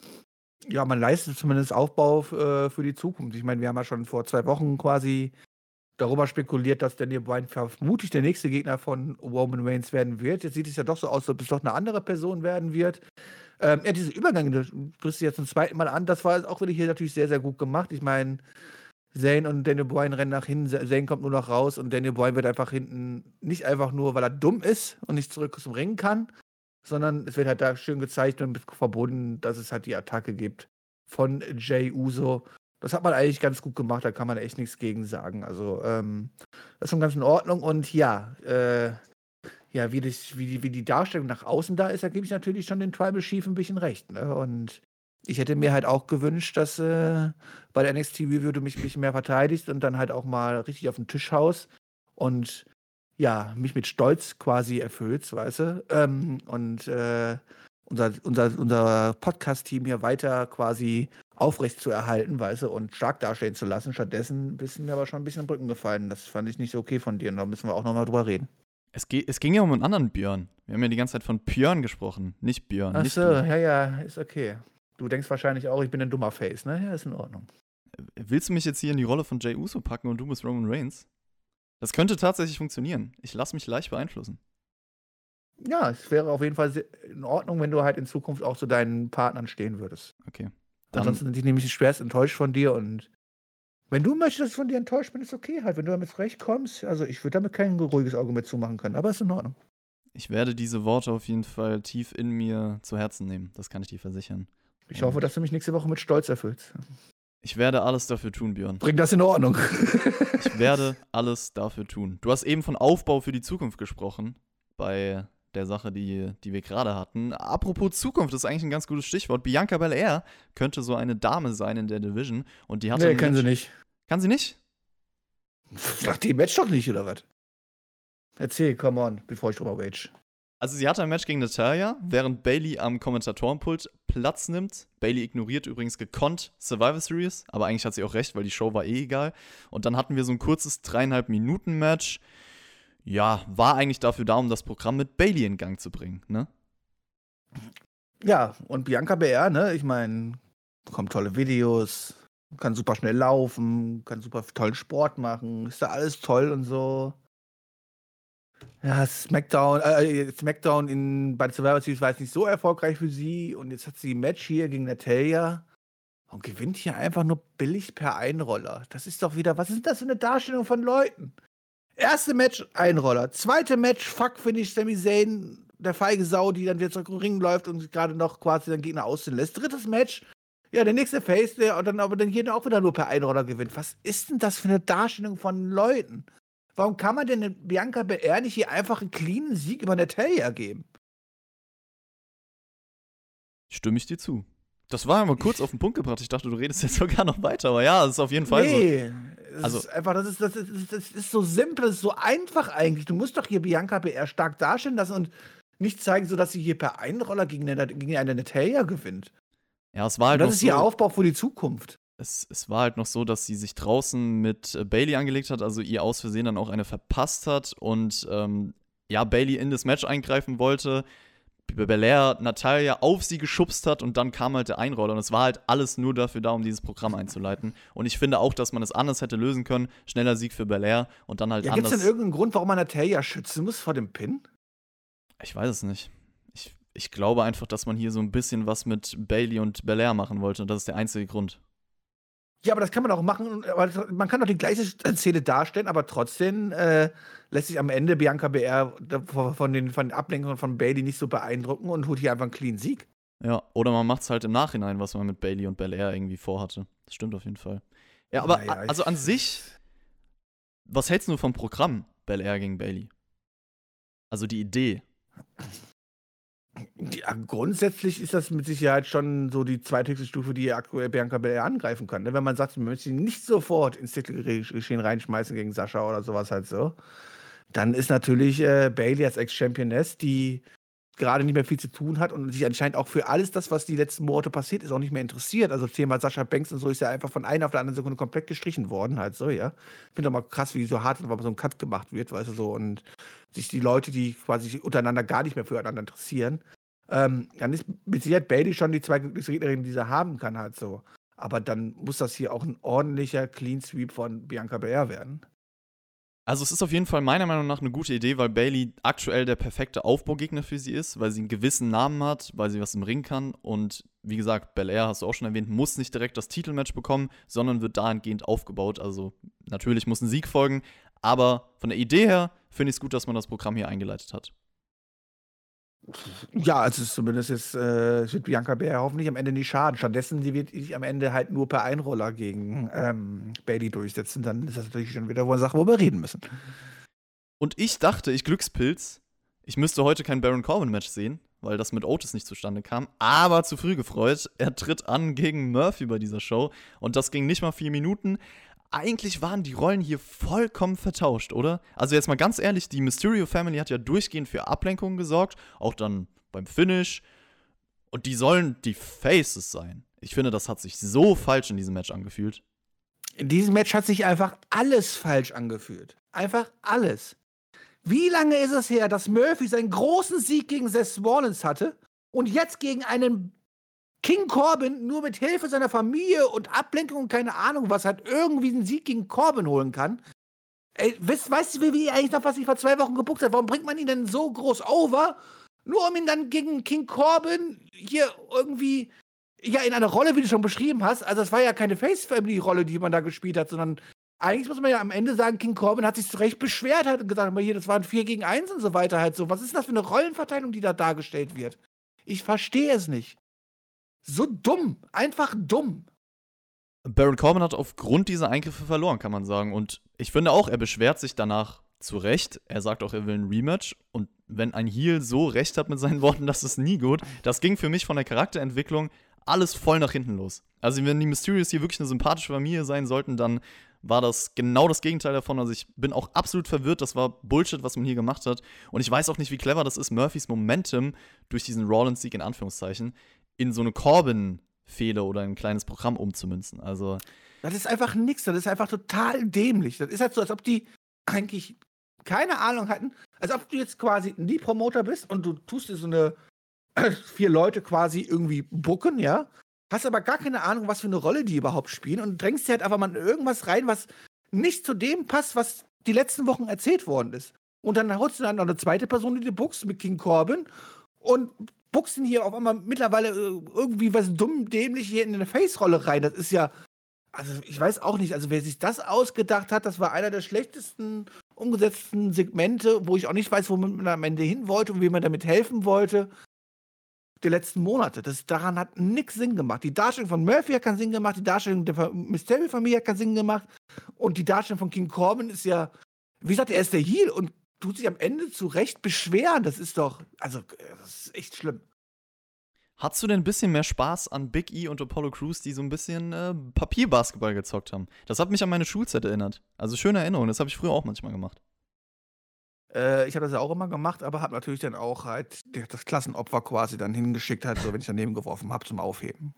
Ja, man leistet zumindest Aufbau äh, für die Zukunft. Ich meine, wir haben ja schon vor zwei Wochen quasi darüber spekuliert, dass Daniel Bryan vermutlich der nächste Gegner von Roman Reigns werden wird. Jetzt sieht es ja doch so aus, als ob es doch eine andere Person werden wird. Ähm, ja, diese Übergänge, du sprichst jetzt zum zweiten Mal an, das war auch wirklich hier natürlich sehr, sehr gut gemacht. Ich meine, Zayn und Daniel Bryan rennen nach hinten, Zayn kommt nur noch raus und Daniel Bryan wird einfach hinten, nicht einfach nur, weil er dumm ist und nicht zurück zum Ring kann, sondern es wird halt da schön gezeigt und verbunden, dass es halt die Attacke gibt von Jey Uso. Das hat man eigentlich ganz gut gemacht, da kann man echt nichts gegen sagen. Also, ähm, das ist schon ganz in Ordnung. Und ja, äh, ja, wie, das, wie, die, wie die Darstellung nach außen da ist, da gebe ich natürlich schon den Tribal Chief ein bisschen recht. Ne? Und ich hätte mir halt auch gewünscht, dass äh, bei der N X T-Review du mich ein bisschen mehr verteidigst und dann halt auch mal richtig auf den Tisch haust und ja, mich mit Stolz quasi erfüllst, weißt du? Ähm, und äh, unser, unser, unser Podcast-Team hier weiter quasi aufrecht zu erhalten, weißt du, und stark dastehen zu lassen. Stattdessen bist du mir aber schon ein bisschen in den Rücken gefallen. Das fand ich nicht so okay von dir und da müssen wir auch nochmal drüber reden. Es, ge- es ging ja um einen anderen Björn. Wir haben ja die ganze Zeit von Björn gesprochen, nicht Björn. Ach nicht so, du. ja, ja, ist okay. Du denkst wahrscheinlich auch, ich bin ein dummer Face, ne? Ja, ist in Ordnung. Willst du mich jetzt hier in die Rolle von Jey Uso packen und du bist Roman Reigns? Das könnte tatsächlich funktionieren. Ich lasse mich leicht beeinflussen. Ja, es wäre auf jeden Fall in Ordnung, wenn du halt in Zukunft auch zu deinen Partnern stehen würdest. Okay. Dann, Ansonsten sind die nämlich schwerst enttäuscht von dir und wenn du möchtest, dass ich von dir enttäuscht bin, ist okay halt. Wenn du damit zurechtkommst, also ich würde damit kein ruhiges Auge mehr zumachen können, aber ist in Ordnung. ich werde diese Worte auf jeden Fall tief in mir zu Herzen nehmen. Das kann ich dir versichern. Ich hoffe, dass du mich nächste Woche mit Stolz erfüllst. Ich werde alles dafür tun, Björn. Bring das in Ordnung. Ich werde alles dafür tun. Du hast eben von Aufbau für die Zukunft gesprochen, bei der Sache, die, die wir gerade hatten. Apropos Zukunft, das ist eigentlich ein ganz gutes Stichwort. Bianca Belair könnte so eine Dame sein in der Division. Und die hatte Nee, ein kann sie Match- nicht. Kann sie nicht? Nach dem Match doch nicht, oder was? Erzähl, come on, bevor ich drüber rage. Also sie hatte ein Match gegen Natalya, während Bayley am Kommentatorenpult Platz nimmt. Bayley ignoriert übrigens gekonnt Survivor Series, aber eigentlich hat sie auch recht, weil die Show war eh egal. Und dann hatten wir so ein kurzes dreieinhalb Minuten Match. Ja, war eigentlich dafür da, um das Programm mit Bayley in Gang zu bringen, ne? Ja, und Bianca Belair, ne, ich meine, bekommt tolle Videos, kann super schnell laufen, kann super tollen Sport machen, ist da alles toll und so. Ja, SmackDown, äh, SmackDown in, bei Survivor Series war jetzt nicht so erfolgreich für sie und jetzt hat sie ein Match hier gegen Natalya und gewinnt hier einfach nur billig per Einroller. Das ist doch wieder, was ist das für eine Darstellung von Leuten? Erste Match, Einroller. Zweite Match, fuck, finde ich, Sami Zayn, der feige Sau, die dann wieder zurück im Ring läuft und sich gerade noch quasi den Gegner aussehen lässt. Drittes Match, ja, der nächste Face, der und dann aber dann jeder auch wieder nur per Einroller gewinnt. Was ist denn das für eine Darstellung von Leuten? Warum kann man denn Bianca Belair nicht hier einfach einen cleanen Sieg über Natalya geben? Stimme ich dir zu. Das war einmal kurz auf den Punkt gebracht. Ich dachte, du redest jetzt sogar noch weiter, aber ja, das ist auf jeden Fall so. Nee, das Also- ist einfach, das ist, das, ist, das ist so simpel, das ist so einfach eigentlich. Du musst doch hier Bianca Belair stark darstellen lassen und nicht zeigen, so dass sie hier per Einroller gegen eine, gegen eine Natalya gewinnt. Ja, es war Und halt das noch ist so, ihr Aufbau für die Zukunft. es, es war halt noch so, dass sie sich draußen mit äh, Bayley angelegt hat, also ihr aus Versehen dann auch eine verpasst hat und ähm, ja, Bayley in das Match eingreifen wollte, B- Belair Natalya auf sie geschubst hat und dann kam halt der Einroller und es war halt alles nur dafür da, um dieses Programm einzuleiten. Und ich finde auch, dass man es anders hätte lösen können. Schneller Sieg für Belair und dann halt Ja, gibt es anders. denn irgendeinen Grund, warum man Natalya schützen muss vor dem Pin? Ich weiß es nicht. Ich, ich glaube einfach, dass man hier so ein bisschen was mit Bayley und Belair machen wollte und das ist der einzige Grund. Ja, aber das kann man auch machen. Aber das- man kann doch die gleiche Szene darstellen, aber trotzdem äh, lässt sich am Ende Bianca Belair da- von von den, von den Ablenkungen von Bayley nicht so beeindrucken und holt hier einfach einen clean Sieg. Ja, oder man macht es halt im Nachhinein, was man mit Bayley und Belair irgendwie vorhatte. Das stimmt auf jeden Fall. Ja, aber Naja, a- also ich- an sich, was hältst du vom Programm Belair gegen Bayley? Also die Idee. Ja, grundsätzlich ist das mit Sicherheit schon so die zweithöchste Stufe, die aktuell Bianca Belair angreifen kann. Ne? Wenn man sagt, man möchte sie nicht sofort ins Titelgeschehen reinschmeißen gegen Sascha oder sowas halt so, dann ist natürlich äh, Bayley als Ex-Championess, die gerade nicht mehr viel zu tun hat und sich anscheinend auch für alles das, was die letzten Monate passiert ist, auch nicht mehr interessiert. Also Thema Sascha Banks und so ist ja einfach von einer auf der anderen Sekunde komplett gestrichen worden, halt so, ja. Ich finde auch mal krass, wie so hart aber so ein Cut gemacht wird, weißt du, so, und sich die Leute, die quasi sich untereinander gar nicht mehr füreinander interessieren, ähm, dann ist mit Sicherheit Bayley schon die zwei Gegnerin, die sie haben kann, halt so. Aber dann muss das hier auch ein ordentlicher Clean Sweep von Bianca Belair werden. Also es ist auf jeden Fall meiner Meinung nach eine gute Idee, weil Bayley aktuell der perfekte Aufbaugegner für sie ist, weil sie einen gewissen Namen hat, weil sie was im Ring kann und wie gesagt, Belair, hast du auch schon erwähnt, muss nicht direkt das Titelmatch bekommen, sondern wird dahingehend aufgebaut. Also natürlich muss ein Sieg folgen, aber von der Idee her finde ich es gut, dass man das Programm hier eingeleitet hat. Ja, also es ist zumindest jetzt, äh, es wird Bianca Belair hoffentlich am Ende nicht schaden. Stattdessen die wird sich am Ende halt nur per Einroller gegen ähm, Bayley durchsetzen. Dann ist das natürlich schon wieder eine Sache, wo wir reden müssen. Und ich dachte, ich Glückspilz, ich müsste heute kein Baron Corbin-Match sehen, weil das mit Otis nicht zustande kam, aber zu früh gefreut. Er tritt an gegen Murphy bei dieser Show und das ging nicht mal vier Minuten. Eigentlich waren die Rollen hier vollkommen vertauscht, oder? Also jetzt mal ganz ehrlich, die Mysterio Family hat ja durchgehend für Ablenkungen gesorgt, auch dann beim Finish. Und die sollen die Faces sein. Ich finde, das hat sich so falsch in diesem Match angefühlt. In diesem Match hat sich einfach alles falsch angefühlt. Einfach alles. Wie lange ist es her, dass Murphy seinen großen Sieg gegen Seth Rollins hatte und jetzt gegen einen King Corbin nur mit Hilfe seiner Familie und Ablenkung und keine Ahnung was hat irgendwie einen Sieg gegen Corbin holen kann? Ey, weißt, weißt du, wie eigentlich noch, was ich vor zwei Wochen gebuckt habe? Warum bringt man ihn denn so groß over, nur um ihn dann gegen King Corbin hier irgendwie, ja, in einer Rolle, wie du schon beschrieben hast, also das war ja keine Face-Family-Rolle, die man da gespielt hat, sondern eigentlich muss man ja am Ende sagen, King Corbin hat sich zu Recht beschwert hat und gesagt, aber hier, das waren vier gegen eins und so weiter halt so. Was ist das für eine Rollenverteilung, die da dargestellt wird? Ich verstehe es nicht. So dumm. Einfach dumm. Baron Corbin hat aufgrund dieser Eingriffe verloren, kann man sagen. Und ich finde auch, er beschwert sich danach zu Recht. Er sagt auch, er will ein Rematch. Und wenn ein Heel so recht hat mit seinen Worten, das ist nie gut. Das ging für mich von der Charakterentwicklung alles voll nach hinten los. Also wenn die Mysterios hier wirklich eine sympathische Familie sein sollten, dann war das genau das Gegenteil davon. Also ich bin auch absolut verwirrt. Das war Bullshit, was man hier gemacht hat. Und ich weiß auch nicht, wie clever das ist, Murphys Momentum durch diesen Rollins-Sieg in Anführungszeichen in so eine Corbin-Fehde oder ein kleines Programm umzumünzen. Also Das ist einfach nix. Das ist einfach total dämlich. Das ist halt so, als ob die eigentlich keine Ahnung hatten. Als ob du jetzt quasi nie Promoter bist und du tust dir so eine vier Leute quasi irgendwie booken, ja? Hast aber gar keine Ahnung, was für eine Rolle die überhaupt spielen und drängst dir halt einfach mal in irgendwas rein, was nicht zu dem passt, was die letzten Wochen erzählt worden ist. Und dann holst du dann noch eine zweite Person, die du bookst mit King Corbin und bookst ihn hier auf einmal mittlerweile äh, irgendwie was dumm, dämlich hier in eine Face-Rolle rein. Das ist ja, also ich weiß auch nicht, also wer sich das ausgedacht hat, das war einer der schlechtesten umgesetzten Segmente, wo ich auch nicht weiß, wo man am Ende hin wollte und wie man damit helfen wollte. Die letzten Monate. Das, daran hat nichts Sinn gemacht. Die Darstellung von Murphy hat keinen Sinn gemacht, die Darstellung der Mysterio-Familie hat keinen Sinn gemacht und die Darstellung von King Corbin ist ja, wie gesagt, er ist der Heel und tut sich am Ende zu Recht beschweren. Das ist doch, also, das ist echt schlimm. Hattest du denn ein bisschen mehr Spaß an Big E und Apollo Crews, die so ein bisschen äh, Papierbasketball gezockt haben? Das hat mich an meine Schulzeit erinnert. Also schöne Erinnerung, das habe ich früher auch manchmal gemacht. Äh, ich habe das ja auch immer gemacht, aber habe natürlich dann auch halt das Klassenopfer quasi dann hingeschickt, halt so, wenn ich daneben geworfen habe, zum Aufheben.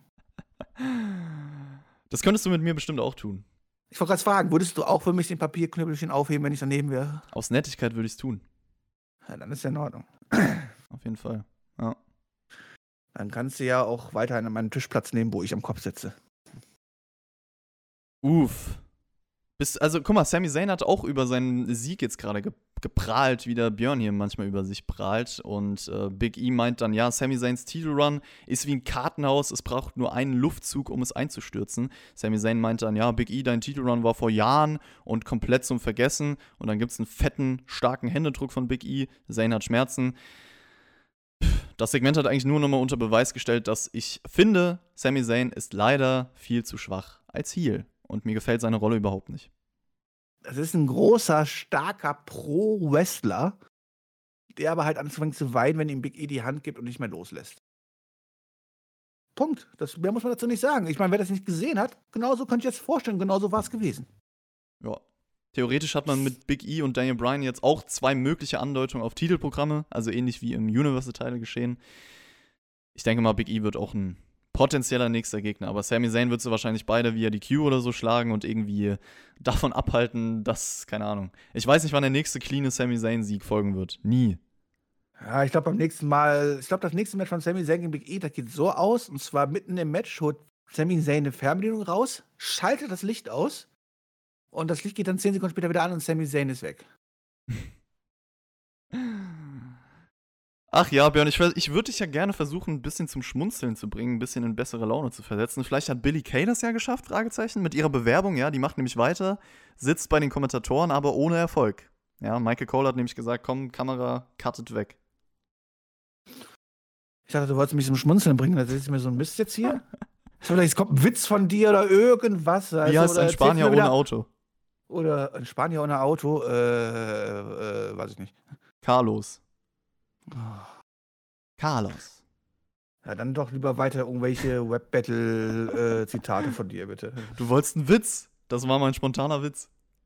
Das könntest du mit mir bestimmt auch tun. Ich wollte gerade fragen, würdest du auch für mich den Papierknüppelchen aufheben, wenn ich daneben wäre? Aus Nettigkeit würde ich es tun. Ja, dann ist ja in Ordnung. Auf jeden Fall, ja. Dann kannst du ja auch weiterhin an meinen Tisch Platz nehmen, wo ich am Kopf sitze. Uff. Bis, also, guck mal, Sami Zayn hat auch über seinen Sieg jetzt gerade ge geprahlt, wie der Björn hier manchmal über sich prahlt. Und äh, Big E meint dann, ja, Sami Zayns Titelrun ist wie ein Kartenhaus, es braucht nur einen Luftzug, um es einzustürzen. Sami Zayn meint dann, ja, Big E, dein Titelrun war vor Jahren und komplett zum Vergessen. Und dann gibt es einen fetten, starken Händedruck von Big E. Zayn hat Schmerzen. Das Segment hat eigentlich nur nochmal unter Beweis gestellt, dass ich finde, Sami Zayn ist leider viel zu schwach als Heel. Und mir gefällt seine Rolle überhaupt nicht. Das ist ein großer, starker Pro-Wrestler, der aber halt anfängt zu weinen, wenn ihm Big E die Hand gibt und nicht mehr loslässt. Punkt. Das, mehr muss man dazu nicht sagen. Ich meine, wer das nicht gesehen hat, genauso könnte ich jetzt vorstellen, genauso war es gewesen. Ja. Theoretisch hat man mit Big E und Daniel Bryan jetzt auch zwei mögliche Andeutungen auf Titelprogramme, also ähnlich wie im Universal-Title geschehen. Ich denke mal, Big E wird auch ein potenzieller nächster Gegner, aber Sami Zayn wird sie wahrscheinlich beide via D Q oder so schlagen und irgendwie davon abhalten, dass, keine Ahnung. Ich weiß nicht, wann der nächste cleane Sami Zayn-Sieg folgen wird. Nie. Ja, ich glaube beim nächsten Mal, ich glaube das nächste Match von Sami Zayn gegen Big E, das geht so aus, und zwar mitten im Match holt Sami Zayn eine Fernbedienung raus, schaltet das Licht aus und das Licht geht dann zehn Sekunden später wieder an und Sami Zayn ist weg. Ach ja, Björn, ich, ich würde dich ja gerne versuchen, ein bisschen zum Schmunzeln zu bringen, ein bisschen in bessere Laune zu versetzen. Vielleicht hat Billie Kay das ja geschafft, Fragezeichen, mit ihrer Bewerbung, ja, die macht nämlich weiter, sitzt bei den Kommentatoren, aber ohne Erfolg. Ja, Michael Cole hat nämlich gesagt, komm, Kamera, cuttet weg. Ich dachte, du wolltest mich zum Schmunzeln bringen, da ist mir so ein Mist jetzt hier. Ich dachte, jetzt kommt ein Witz von dir oder irgendwas. Also, Wie heißt oder ein Spanier ohne Auto? Oder ein Spanier ohne Auto, äh, äh, weiß ich nicht. Carlos. Oh. Carlos. Ja, dann doch lieber weiter irgendwelche Web-Battle-Zitate äh, von dir, bitte. Du wolltest einen Witz. Das war mein spontaner Witz.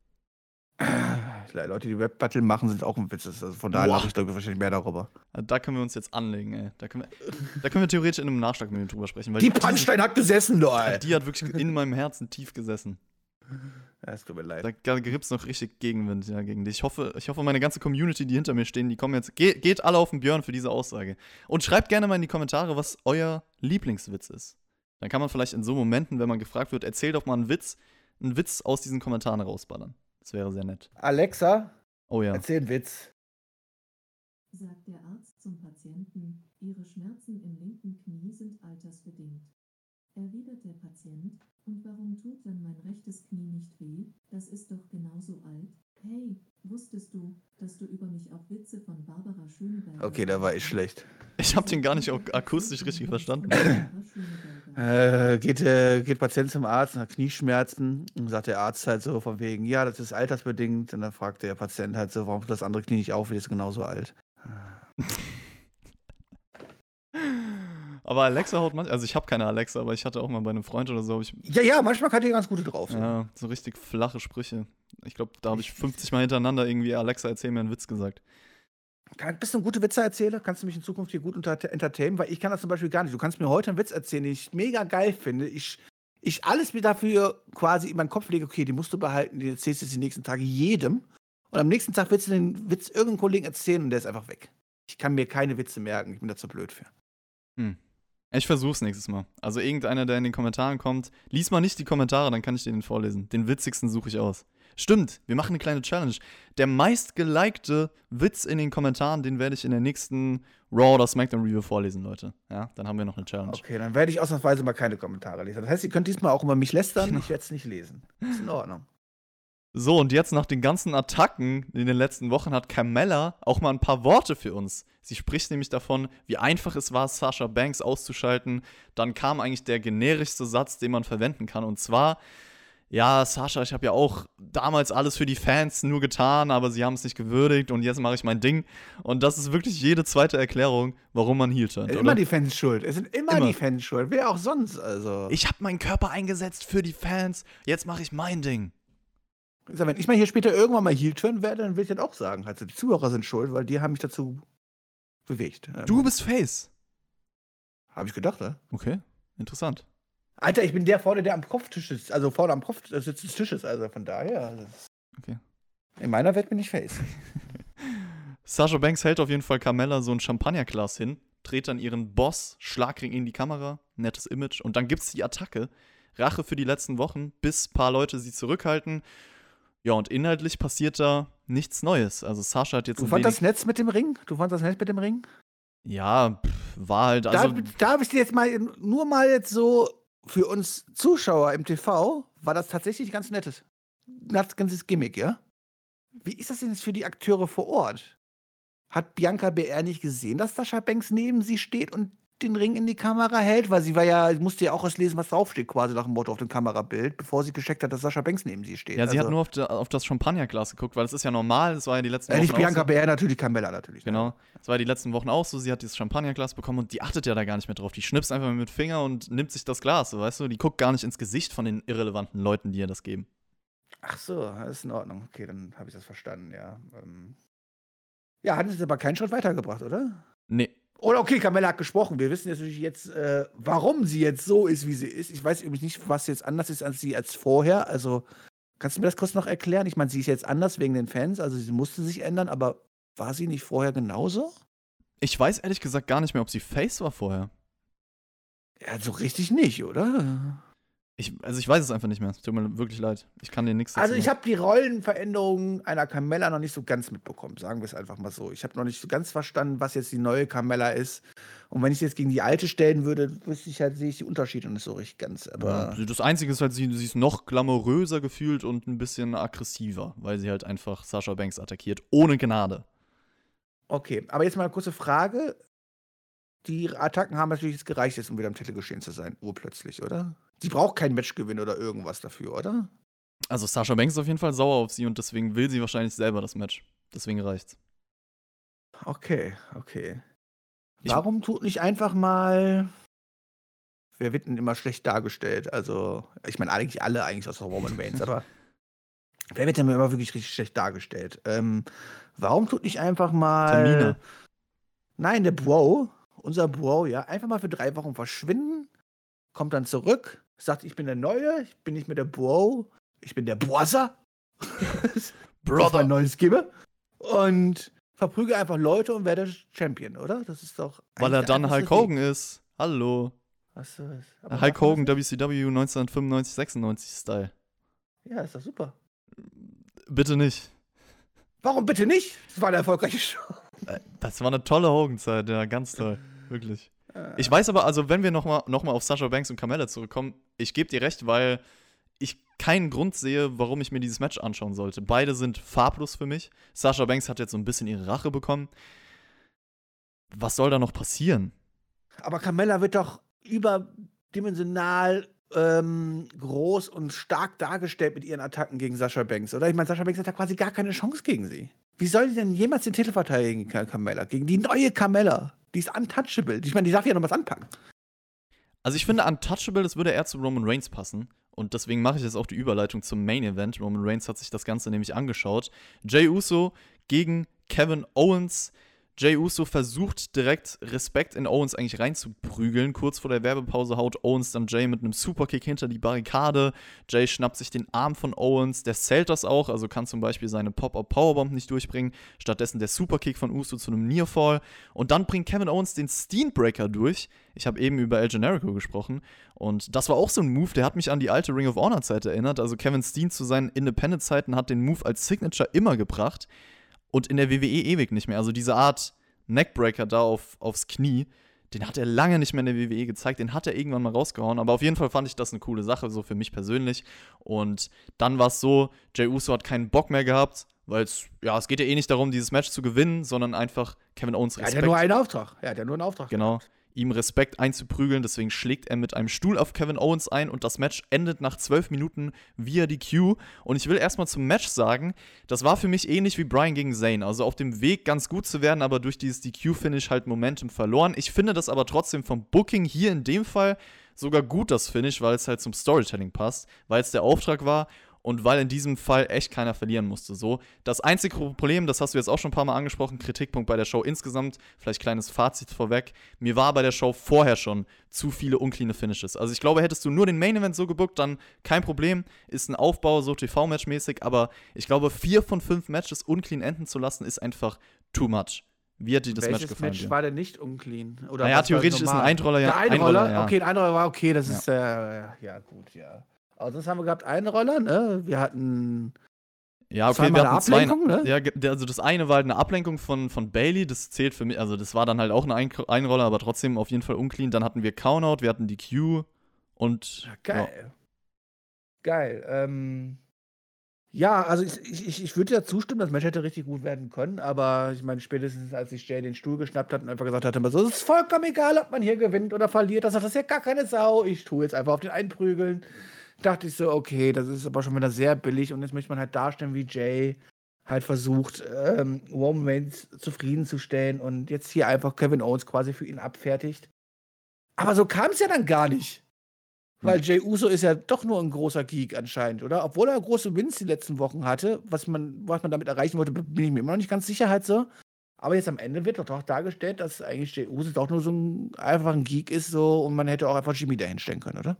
Leute, die Web-Battle machen, sind auch ein Witz. Also von daher lache ich, glaube ich, wahrscheinlich mehr darüber. Da können wir uns jetzt anlegen, ey. Da können wir, da können wir theoretisch in einem Nachschlagmenü drüber sprechen. Weil die Punchline hat gesessen, Leute. Die hat wirklich in meinem Herzen tief gesessen. Ja, es tut mir leid. Da gibt's noch richtig Gegenwind ja, gegen dich. Ich hoffe, ich hoffe, meine ganze Community, die hinter mir stehen, die kommen jetzt. Ge geht alle auf den Björn für diese Aussage. Und schreibt gerne mal in die Kommentare, was euer Lieblingswitz ist. Dann kann man vielleicht in so Momenten, wenn man gefragt wird, erzählt doch mal einen Witz, einen Witz aus diesen Kommentaren rausballern. Das wäre sehr nett. Alexa, oh ja. Erzähl einen Witz. Sagt der Arzt zum Patienten, Ihre Schmerzen im linken Knie sind altersbedingt. Erwidert der Patient, und warum tut dann mein rechtes Knie nicht weh? Das ist doch genauso alt. Hey, wusstest du, dass du über mich auch Witze von Barbara Schöneberger... Okay, da war ich schlecht. Ich hab den gar nicht akustisch richtig verstanden. Äh, geht, äh, geht Patient zum Arzt und hat Knieschmerzen und sagt der Arzt halt so von wegen, ja, das ist altersbedingt. Und dann fragt der Patient halt so, warum tut das andere Knie nicht auf, wie ist genauso alt. Aber Alexa haut manchmal, also ich habe keine Alexa, aber ich hatte auch mal bei einem Freund oder so, hab ich, Ja, ja, manchmal kann die ganz gute drauf sein. ja, so richtig flache Sprüche. Ich glaube, da habe ich fünfzig Mal hintereinander irgendwie Alexa, erzähl mir einen Witz gesagt. Kann, bist du ein gute Witze-Erzähler? Kannst du mich in Zukunft hier gut unter entertainen? Weil ich kann das zum Beispiel gar nicht. Du kannst mir heute einen Witz erzählen, den ich mega geil finde. Ich, ich alles mir dafür quasi in meinen Kopf lege, okay, den musst du behalten, den erzählst du jetzt die nächsten Tage jedem. Und am nächsten Tag willst du den Witz irgendeinem Kollegen erzählen und der ist einfach weg. Ich kann mir keine Witze merken, ich bin da zu blöd für. Hm. Ich versuch's nächstes Mal. Also irgendeiner, der in den Kommentaren kommt, lies mal nicht die Kommentare, dann kann ich dir den vorlesen. Den witzigsten suche ich aus. Stimmt, wir machen eine kleine Challenge. Der meistgelikte Witz in den Kommentaren, den werde ich in der nächsten Raw oder SmackDown Review vorlesen, Leute. Ja, dann haben wir noch eine Challenge. Okay, dann werde ich ausnahmsweise mal keine Kommentare lesen. Das heißt, ihr könnt diesmal auch über mich lästern, ich werde es nicht lesen. Ist in Ordnung. So, und jetzt nach den ganzen Attacken in den letzten Wochen hat Carmella auch mal ein paar Worte für uns. Sie spricht nämlich davon, wie einfach es war, Sasha Banks auszuschalten. Dann kam eigentlich der generischste Satz, den man verwenden kann. Und zwar, ja, Sasha, ich habe ja auch damals alles für die Fans nur getan, aber sie haben es nicht gewürdigt und jetzt mache ich mein Ding. Und das ist wirklich jede zweite Erklärung, warum man Heel turnt, Immer oder? die Fans schuld. Es sind immer, Immer. die Fans schuld. Wer auch sonst, also. Ich habe meinen Körper eingesetzt für die Fans, jetzt mache ich mein Ding. Ich sag, wenn ich mal hier später irgendwann mal Heel turn werde, dann will ich das auch sagen. Also die Zuhörer sind schuld, weil die haben mich dazu bewegt. Du bist Face. Habe ich gedacht, ne? Okay, interessant. Alter, ich bin der vorne, der am Kopftisch sitzt. Also vorne am Kopfsitz des Tisches. Also von daher. Das ist Okay. in meiner Welt bin ich Face. Sasha Banks hält auf jeden Fall Carmella so ein Champagnerglas hin, dreht dann ihren Boss Schlagring in die Kamera, nettes Image, und dann gibt's die Attacke. Rache für die letzten Wochen, bis ein paar Leute sie zurückhalten. Ja, und inhaltlich passiert da nichts Neues. Also Sasha hat jetzt Du ein fandst das wenig, Netz mit dem Ring? Du fandst das Netz mit dem Ring? ja, pff, war halt, also, da, da habe ich dir jetzt mal, nur mal jetzt so für uns Zuschauer im T V, war das tatsächlich ganz nettes. Ganz ganzes Gimmick, ja? Wie ist das denn jetzt für die Akteure vor Ort? Hat Bianca B R nicht gesehen, dass Sasha Banks neben sie steht und den Ring in die Kamera hält? Weil sie war ja, musste ja auch erst lesen, was draufsteht, quasi nach dem Motto auf dem Kamerabild, bevor sie gecheckt hat, dass Sasha Banks neben sie steht. ja, sie also, hat nur auf, der, auf das Champagnerglas geguckt, weil es ist ja normal, es war ja die letzten äh, nicht Wochen auch Bianca so. B R, natürlich Carmella natürlich. Genau, es war die letzten Wochen auch so, sie hat dieses Champagnerglas bekommen und die achtet ja da gar nicht mehr drauf. Die schnippst einfach mit dem Finger und nimmt sich das Glas, so, weißt du? Die guckt gar nicht ins Gesicht von den irrelevanten Leuten, die ihr das geben. Ach so, das ist in Ordnung. Okay, dann habe ich das verstanden, ja. Ähm ja, hat es aber keinen Schritt weitergebracht, oder? Nee. Oder okay, Carmella hat gesprochen. Wir wissen jetzt natürlich jetzt, äh, warum sie jetzt so ist, wie sie ist. Ich weiß übrigens nicht, was jetzt anders ist als sie als vorher. Also, kannst du mir das kurz noch erklären? Ich meine, sie ist jetzt anders wegen den Fans, also sie musste sich ändern, aber war sie nicht vorher genauso? Ich weiß ehrlich gesagt gar nicht mehr, ob sie Face war vorher. Ja, so richtig nicht, oder? Ich, also ich weiß es einfach nicht mehr. Es tut mir wirklich leid. Ich kann dir nichts dazu Also ich sagen. habe die Rollenveränderung einer Carmella noch nicht so ganz mitbekommen, sagen wir es einfach mal so. Ich habe noch nicht so ganz verstanden, was jetzt die neue Carmella ist. Und wenn ich sie jetzt gegen die alte stellen würde, wüsste ich halt, sehe ich die Unterschiede nicht so richtig ganz. Aber Ja, das Einzige ist halt, sie, sie ist noch glamouröser gefühlt und ein bisschen aggressiver, weil sie halt einfach Sasha Banks attackiert, ohne Gnade. okay, aber jetzt mal eine kurze Frage. Die Attacken haben natürlich jetzt gereicht, jetzt, um wieder am Titelgeschehen zu sein, urplötzlich, oder? Sie braucht keinen Matchgewinn oder irgendwas dafür, oder? Also Sasha Banks ist auf jeden Fall sauer auf sie und deswegen will sie wahrscheinlich selber das Match. Deswegen reicht's. Okay, okay. Ich- Warum tut nicht einfach mal. Wer wird denn immer schlecht dargestellt? Also, ich meine, eigentlich alle, eigentlich außer Roman Reigns, aber. Wer wird denn immer wirklich richtig schlecht dargestellt? Ähm, warum tut nicht einfach mal. Tamina. Nein, der Bro, unser Bro, ja, einfach mal für drei Wochen verschwinden, kommt dann zurück, sagt, ich bin der Neue, ich bin nicht mehr der Bro, ich bin der Brother. Das ist mein neues Gimmick. Und verprüge einfach Leute und werde Champion, oder? Das ist doch. Weil er eigentlich der dann Hulk einfachste Hogan ist. Hallo. Weg. Was ist das? Aber Hulk darf man Hogan das W C W neunzehnhundertfünfundneunzig sechsundneunzig Style. nicht? Ja, ist doch super. Bitte nicht. Warum bitte nicht? Das war eine erfolgreiche Show. Äh, Das war eine tolle Hogan-Zeit, ja, ganz toll. Wirklich. Ich weiß aber, also wenn wir nochmal noch mal auf Sasha Banks und Carmella zurückkommen, ich gebe dir recht, weil ich keinen Grund sehe, warum ich mir dieses Match anschauen sollte. Beide sind farblos für mich. Sasha Banks hat jetzt so ein bisschen ihre Rache bekommen. Was soll da noch passieren? Aber Carmella wird doch über überdimensional ähm, groß und stark dargestellt mit ihren Attacken gegen Sasha Banks, oder? Ich meine, Sasha Banks hat da quasi gar keine Chance gegen sie. Wie soll die denn jemals den Titel verteidigen, Carmella? Gegen die neue Carmella. Die ist untouchable. Ich meine, die darf ja noch was anpacken. Also ich finde untouchable, das würde eher zu Roman Reigns passen. Und deswegen mache ich jetzt auch die Überleitung zum Main Event. Roman Reigns hat sich das Ganze nämlich angeschaut. Jey Uso gegen Kevin Owens. Jey Uso versucht direkt Respekt in Owens eigentlich reinzuprügeln. Kurz vor der Werbepause haut Owens dann Jey mit einem Superkick hinter die Barrikade. Jey schnappt sich den Arm von Owens, der zählt das auch, also kann zum Beispiel seine Pop-Up-Powerbomb nicht durchbringen. Stattdessen der Superkick von Uso zu einem Nearfall. Und dann bringt Kevin Owens den Steenbreaker durch. Ich habe eben über El Generico gesprochen. Und das war auch so ein Move, der hat mich an die alte Ring of Honor-Zeit erinnert. Also Kevin Steen zu seinen Independent-Zeiten hat den Move als Signature immer gebracht. Und in der W W E ewig nicht mehr. Also diese Art Neckbreaker da auf, aufs Knie, den hat er lange nicht mehr in der W W E gezeigt. Den hat er irgendwann mal rausgehauen. Aber auf jeden Fall fand ich das eine coole Sache, so für mich persönlich. Und dann war es so, Jey Uso hat keinen Bock mehr gehabt, weil es, ja, es geht ja eh nicht darum, dieses Match zu gewinnen, sondern einfach Kevin Owens Respekt. Er hat ja nur einen Auftrag. Er hat ja nur einen Auftrag. Genau. Gehabt. Ihm Respekt einzuprügeln, deswegen schlägt er mit einem Stuhl auf Kevin Owens ein und das Match endet nach zwölf Minuten via D Q. Und ich will erstmal zum Match sagen, das war für mich ähnlich wie Bryan gegen Zayn, also auf dem Weg ganz gut zu werden, aber durch dieses D Q-Finish halt Momentum verloren. Ich finde das aber trotzdem vom Booking hier in dem Fall sogar gut, das Finish, weil es halt zum Storytelling passt, weil es der Auftrag war. Und weil in diesem Fall echt keiner verlieren musste. So. Das einzige Problem, das hast du jetzt auch schon ein paar Mal angesprochen, Kritikpunkt bei der Show insgesamt, vielleicht kleines Fazit vorweg, mir war bei der Show vorher schon zu viele uncleane Finishes. Also ich glaube, hättest du nur den Main Event so gebookt, dann kein Problem, ist ein Aufbau, so T V-Match-mäßig, aber ich glaube, vier von fünf Matches unclean enden zu lassen, ist einfach too much. Wie hat dir das Welches Match gefallen? Match dir? war denn nicht unclean? Oder naja, theoretisch ist ein Einroller ja. Ein Einroller? Einroller, ja. Okay, ein Einroller war okay, das ja. ist, äh, ja gut, ja. Also sonst haben wir gehabt einen Roller, ne? Wir hatten ja, okay, wir hatten zwei, ne? Ja, also das eine war halt eine Ablenkung von, von Bayley, das zählt für mich, also das war dann halt auch ein Einroller, aber trotzdem auf jeden Fall unclean. Dann hatten wir Countout, wir hatten die Q und ja, geil. Ja. Geil. Ähm, ja, also ich, ich, ich würde ja zustimmen, das Match hätte richtig gut werden können, aber ich meine, spätestens als sich Jay den Stuhl geschnappt hat und einfach gesagt hat, immer so, es ist vollkommen egal, ob man hier gewinnt oder verliert, das ist ja gar keine Sau, ich tue jetzt einfach auf den einprügeln. Dachte ich so, okay, das ist aber schon wieder sehr billig und jetzt möchte man halt darstellen, wie Jay halt versucht, ähm, Roman Reigns zufriedenzustellen und jetzt hier einfach Kevin Owens quasi für ihn abfertigt. Aber so kam es ja dann gar nicht. Weil Jey Uso ist ja doch nur ein großer Geek anscheinend, oder? Obwohl er große Wins die letzten Wochen hatte, was man, was man damit erreichen wollte, bin ich mir immer noch nicht ganz sicher halt so. Aber jetzt am Ende wird doch, doch dargestellt, dass eigentlich Jey Uso doch nur so ein einfach ein Geek ist so und man hätte auch einfach Jimmy dahinstellen können, oder?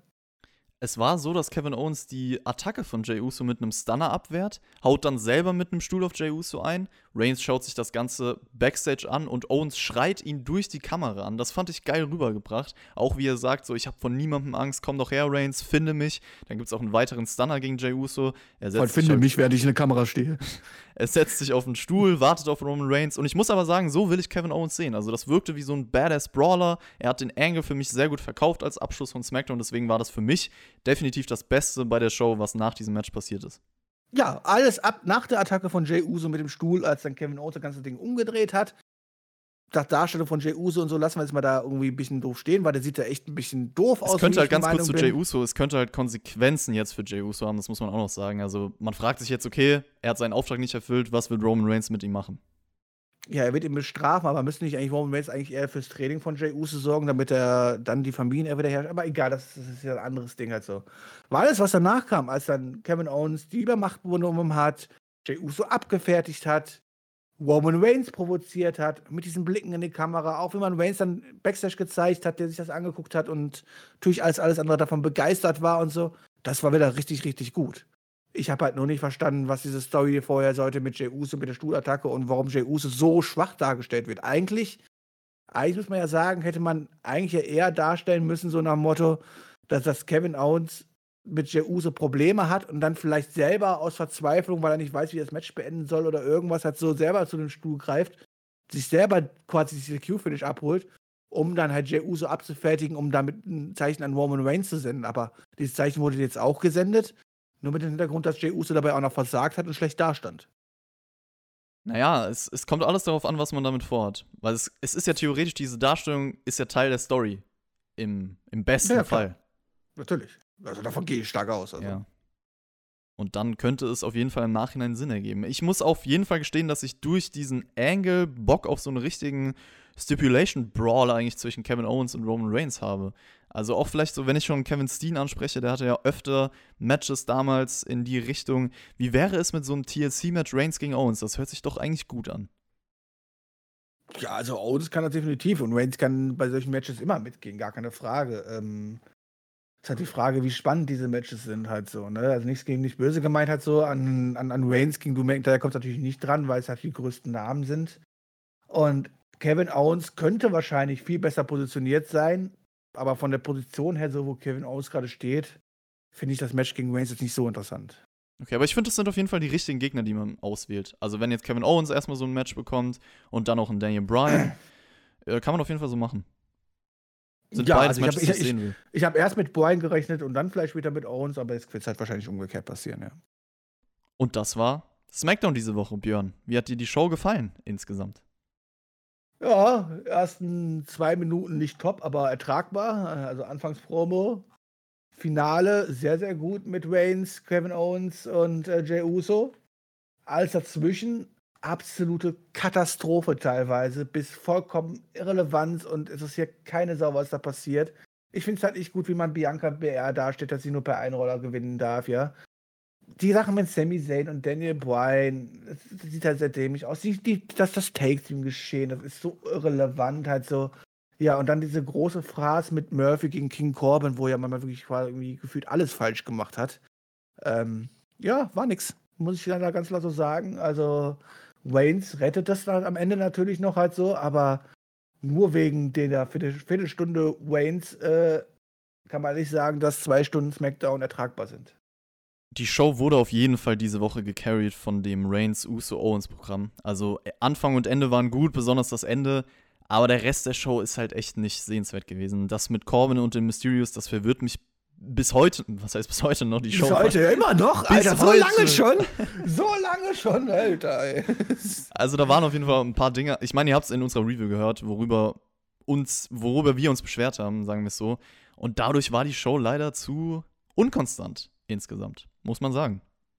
Es war so, dass Kevin Owens die Attacke von Jey Uso mit einem Stunner abwehrt, haut dann selber mit einem Stuhl auf Jey Uso ein. Reigns schaut sich das Ganze Backstage an und Owens schreit ihn durch die Kamera an. Das fand ich geil rübergebracht. Auch wie er sagt, so, ich habe von niemandem Angst, komm doch her, Reigns, finde mich. Dann gibt es auch einen weiteren Stunner gegen Jey Uso. Er setzt finde sich mich, während ich in der Kamera stehe. Er setzt sich auf den Stuhl, wartet auf Roman Reigns. Und ich muss aber sagen, so will ich Kevin Owens sehen. Also das wirkte wie so ein Badass-Brawler. Er hat den Angle für mich sehr gut verkauft als Abschluss von SmackDown. Deswegen war das für mich definitiv das Beste bei der Show, was nach diesem Match passiert ist. Ja, alles ab nach der Attacke von Jey Uso mit dem Stuhl, als dann Kevin Owens das ganze Ding umgedreht hat. Das Darstellung von Jey Uso und so lassen wir jetzt mal da irgendwie ein bisschen doof stehen, weil der sieht ja echt ein bisschen doof aus. Es könnte halt ganz kurz zu Jey Uso, es könnte halt Konsequenzen jetzt für Jey Uso haben, das muss man auch noch sagen. Also man fragt sich jetzt, okay, er hat seinen Auftrag nicht erfüllt, was will Roman Reigns mit ihm machen? Ja, er wird ihn bestrafen, aber müsste nicht eigentlich Roman Reigns eigentlich eher fürs Training von Jey Uso sorgen, damit er dann die Familie wieder herrscht. Aber egal, das, das ist ja ein anderes Ding halt so. War alles, was danach kam, als dann Kevin Owens die Übermacht übernommen hat, Jey Uso abgefertigt hat, Roman Reigns provoziert hat, mit diesen Blicken in die Kamera, auch wenn man Reigns dann Backstage gezeigt hat, der sich das angeguckt hat und natürlich als alles andere davon begeistert war und so. Das war wieder richtig, richtig gut. Ich habe halt nur nicht verstanden, was diese Story vorher sollte mit Jey Uso, mit der Stuhlattacke und warum Jey Uso so schwach dargestellt wird. Eigentlich, eigentlich muss man ja sagen, hätte man eigentlich ja eher darstellen müssen, so nach dem Motto, dass das Kevin Owens mit Jey Uso Probleme hat und dann vielleicht selber aus Verzweiflung, weil er nicht weiß, wie er das Match beenden soll oder irgendwas, halt so selber zu dem Stuhl greift, sich selber quasi diese Q-Finish abholt, um dann halt Jey Uso abzufertigen, um damit ein Zeichen an Roman Reigns zu senden. Aber dieses Zeichen wurde jetzt auch gesendet. Nur mit dem Hintergrund, dass Jey Uso dabei auch noch versagt hat und schlecht dastand. Naja, es, es kommt alles darauf an, was man damit vorhat. Weil es, es ist ja theoretisch, diese Darstellung ist ja Teil der Story. Im, im besten ja, Fall. Natürlich. Also davon gehe ich stark aus. Also. Ja. Und dann könnte es auf jeden Fall im Nachhinein Sinn ergeben. Ich muss auf jeden Fall gestehen, dass ich durch diesen Angle Bock auf so einen richtigen Stipulation-Brawl eigentlich zwischen Kevin Owens und Roman Reigns habe. Also auch vielleicht so, wenn ich schon Kevin Steen anspreche, der hatte ja öfter Matches damals in die Richtung. Wie wäre es mit so einem T L C-Match Reigns gegen Owens? Das hört sich doch eigentlich gut an. Ja, also Owens kann das definitiv und Reigns kann bei solchen Matches immer mitgehen, gar keine Frage. Ähm, ist halt die Frage, wie spannend diese Matches sind halt so, ne? Also nichts gegen nicht böse gemeint halt so, an, an, an Reigns gegen Drew McIntyre kommt es natürlich nicht dran, weil es halt die größten Namen sind. Und Kevin Owens könnte wahrscheinlich viel besser positioniert sein, aber von der Position her, so wo Kevin Owens gerade steht, finde ich das Match gegen Reigns jetzt nicht so interessant. Okay, aber ich finde, das sind auf jeden Fall die richtigen Gegner, die man auswählt. Also wenn jetzt Kevin Owens erstmal so ein Match bekommt und dann auch ein Daniel Bryan, äh, kann man auf jeden Fall so machen. Sind ja, beides also Matches, ich die habe ich sehen will. ich, ich hab erst mit Bryan gerechnet und dann vielleicht wieder mit Owens, aber es wird halt wahrscheinlich umgekehrt passieren, ja. Und das war SmackDown diese Woche, Björn. Wie hat dir die Show gefallen insgesamt? Ja, ersten zwei Minuten nicht top, aber ertragbar. Also Anfangspromo. Finale sehr, sehr gut mit Reigns, Kevin Owens und äh, Jey Uso. Alles dazwischen absolute Katastrophe teilweise, bis vollkommen Irrelevanz und es ist hier keine Sau, was da passiert. Ich finde es halt nicht gut, wie man Bianca B R darstellt, dass sie nur per Einroller gewinnen darf, ja. Die Sache mit Sami Zayn und Daniel Bryan, das, das sieht halt sehr dämlich aus. Die, die, das das Take-Team-Geschehen, das ist so irrelevant, halt so. Ja, und dann diese große Phrase mit Murphy gegen King Corbin, wo ja man mal wirklich quasi irgendwie gefühlt alles falsch gemacht hat. Ähm, ja, war nix. Muss ich leider ganz klar so sagen. Also, Reigns rettet das dann am Ende natürlich noch halt so, aber nur wegen der Viertel, Viertelstunde Reigns äh, kann man nicht sagen, dass zwei Stunden SmackDown ertragbar sind. Die Show wurde auf jeden Fall diese Woche gecarried von dem Reigns-Uso-Owens-Programm. Also Anfang und Ende waren gut, besonders das Ende. Aber der Rest der Show ist halt echt nicht sehenswert gewesen. Das mit Corbin und den Mysterios, das verwirrt mich bis heute. Was heißt bis heute noch? Die Show. Bis heute, ja, immer noch? Bis Alter, so heute. lange schon? So lange schon, Alter. Ey. Also da waren auf jeden Fall ein paar Dinge. Ich meine, ihr habt es in unserer Review gehört, worüber uns, worüber wir uns beschwert haben, sagen wir es so. Und dadurch war die Show leider zu unkonstant insgesamt, muss man sagen.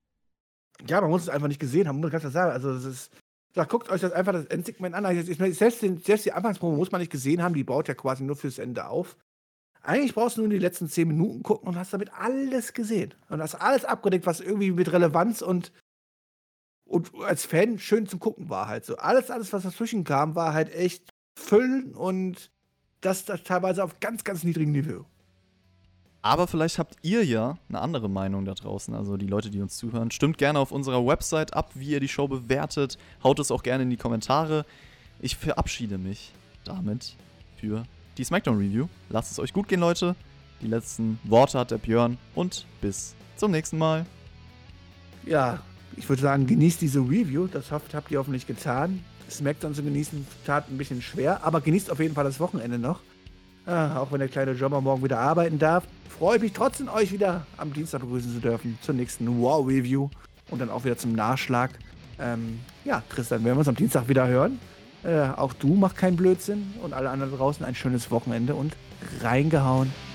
Ja, man muss es einfach nicht gesehen haben, muss man ganz klar sagen. Also, es ist. Sag, guckt euch das einfach das Endsegment an. Also, ich meine, selbst, den, selbst die Anfangsprobe muss man nicht gesehen haben, die baut ja quasi nur fürs Ende auf. Eigentlich brauchst du nur die letzten zehn Minuten gucken und hast damit alles gesehen. Und hast alles abgedeckt, was irgendwie mit Relevanz und, und als Fan schön zum Gucken war halt so. Alles, alles, was dazwischen kam, war halt echt Füllen und das, das teilweise auf ganz, ganz niedrigem Niveau. Aber vielleicht habt ihr ja eine andere Meinung da draußen, also die Leute, die uns zuhören. Stimmt gerne auf unserer Website ab, wie ihr die Show bewertet. Haut es auch gerne in die Kommentare. Ich verabschiede mich damit für die SmackDown-Review. Lasst es euch gut gehen, Leute. Die letzten Worte hat der Björn und bis zum nächsten Mal. Ja, ich würde sagen, genießt diese Review. Das habt, habt ihr hoffentlich getan. SmackDown zu genießen tat ein bisschen schwer, aber genießt auf jeden Fall das Wochenende noch. Ah, auch wenn der kleine Jobber morgen wieder arbeiten darf, freue ich mich trotzdem, euch wieder am Dienstag begrüßen zu dürfen zur nächsten Wow-Review und dann auch wieder zum Nachschlag. Ähm, ja, Chris, dann werden wir uns am Dienstag wieder hören. Äh, auch du mach keinen Blödsinn und alle anderen draußen ein schönes Wochenende und reingehauen.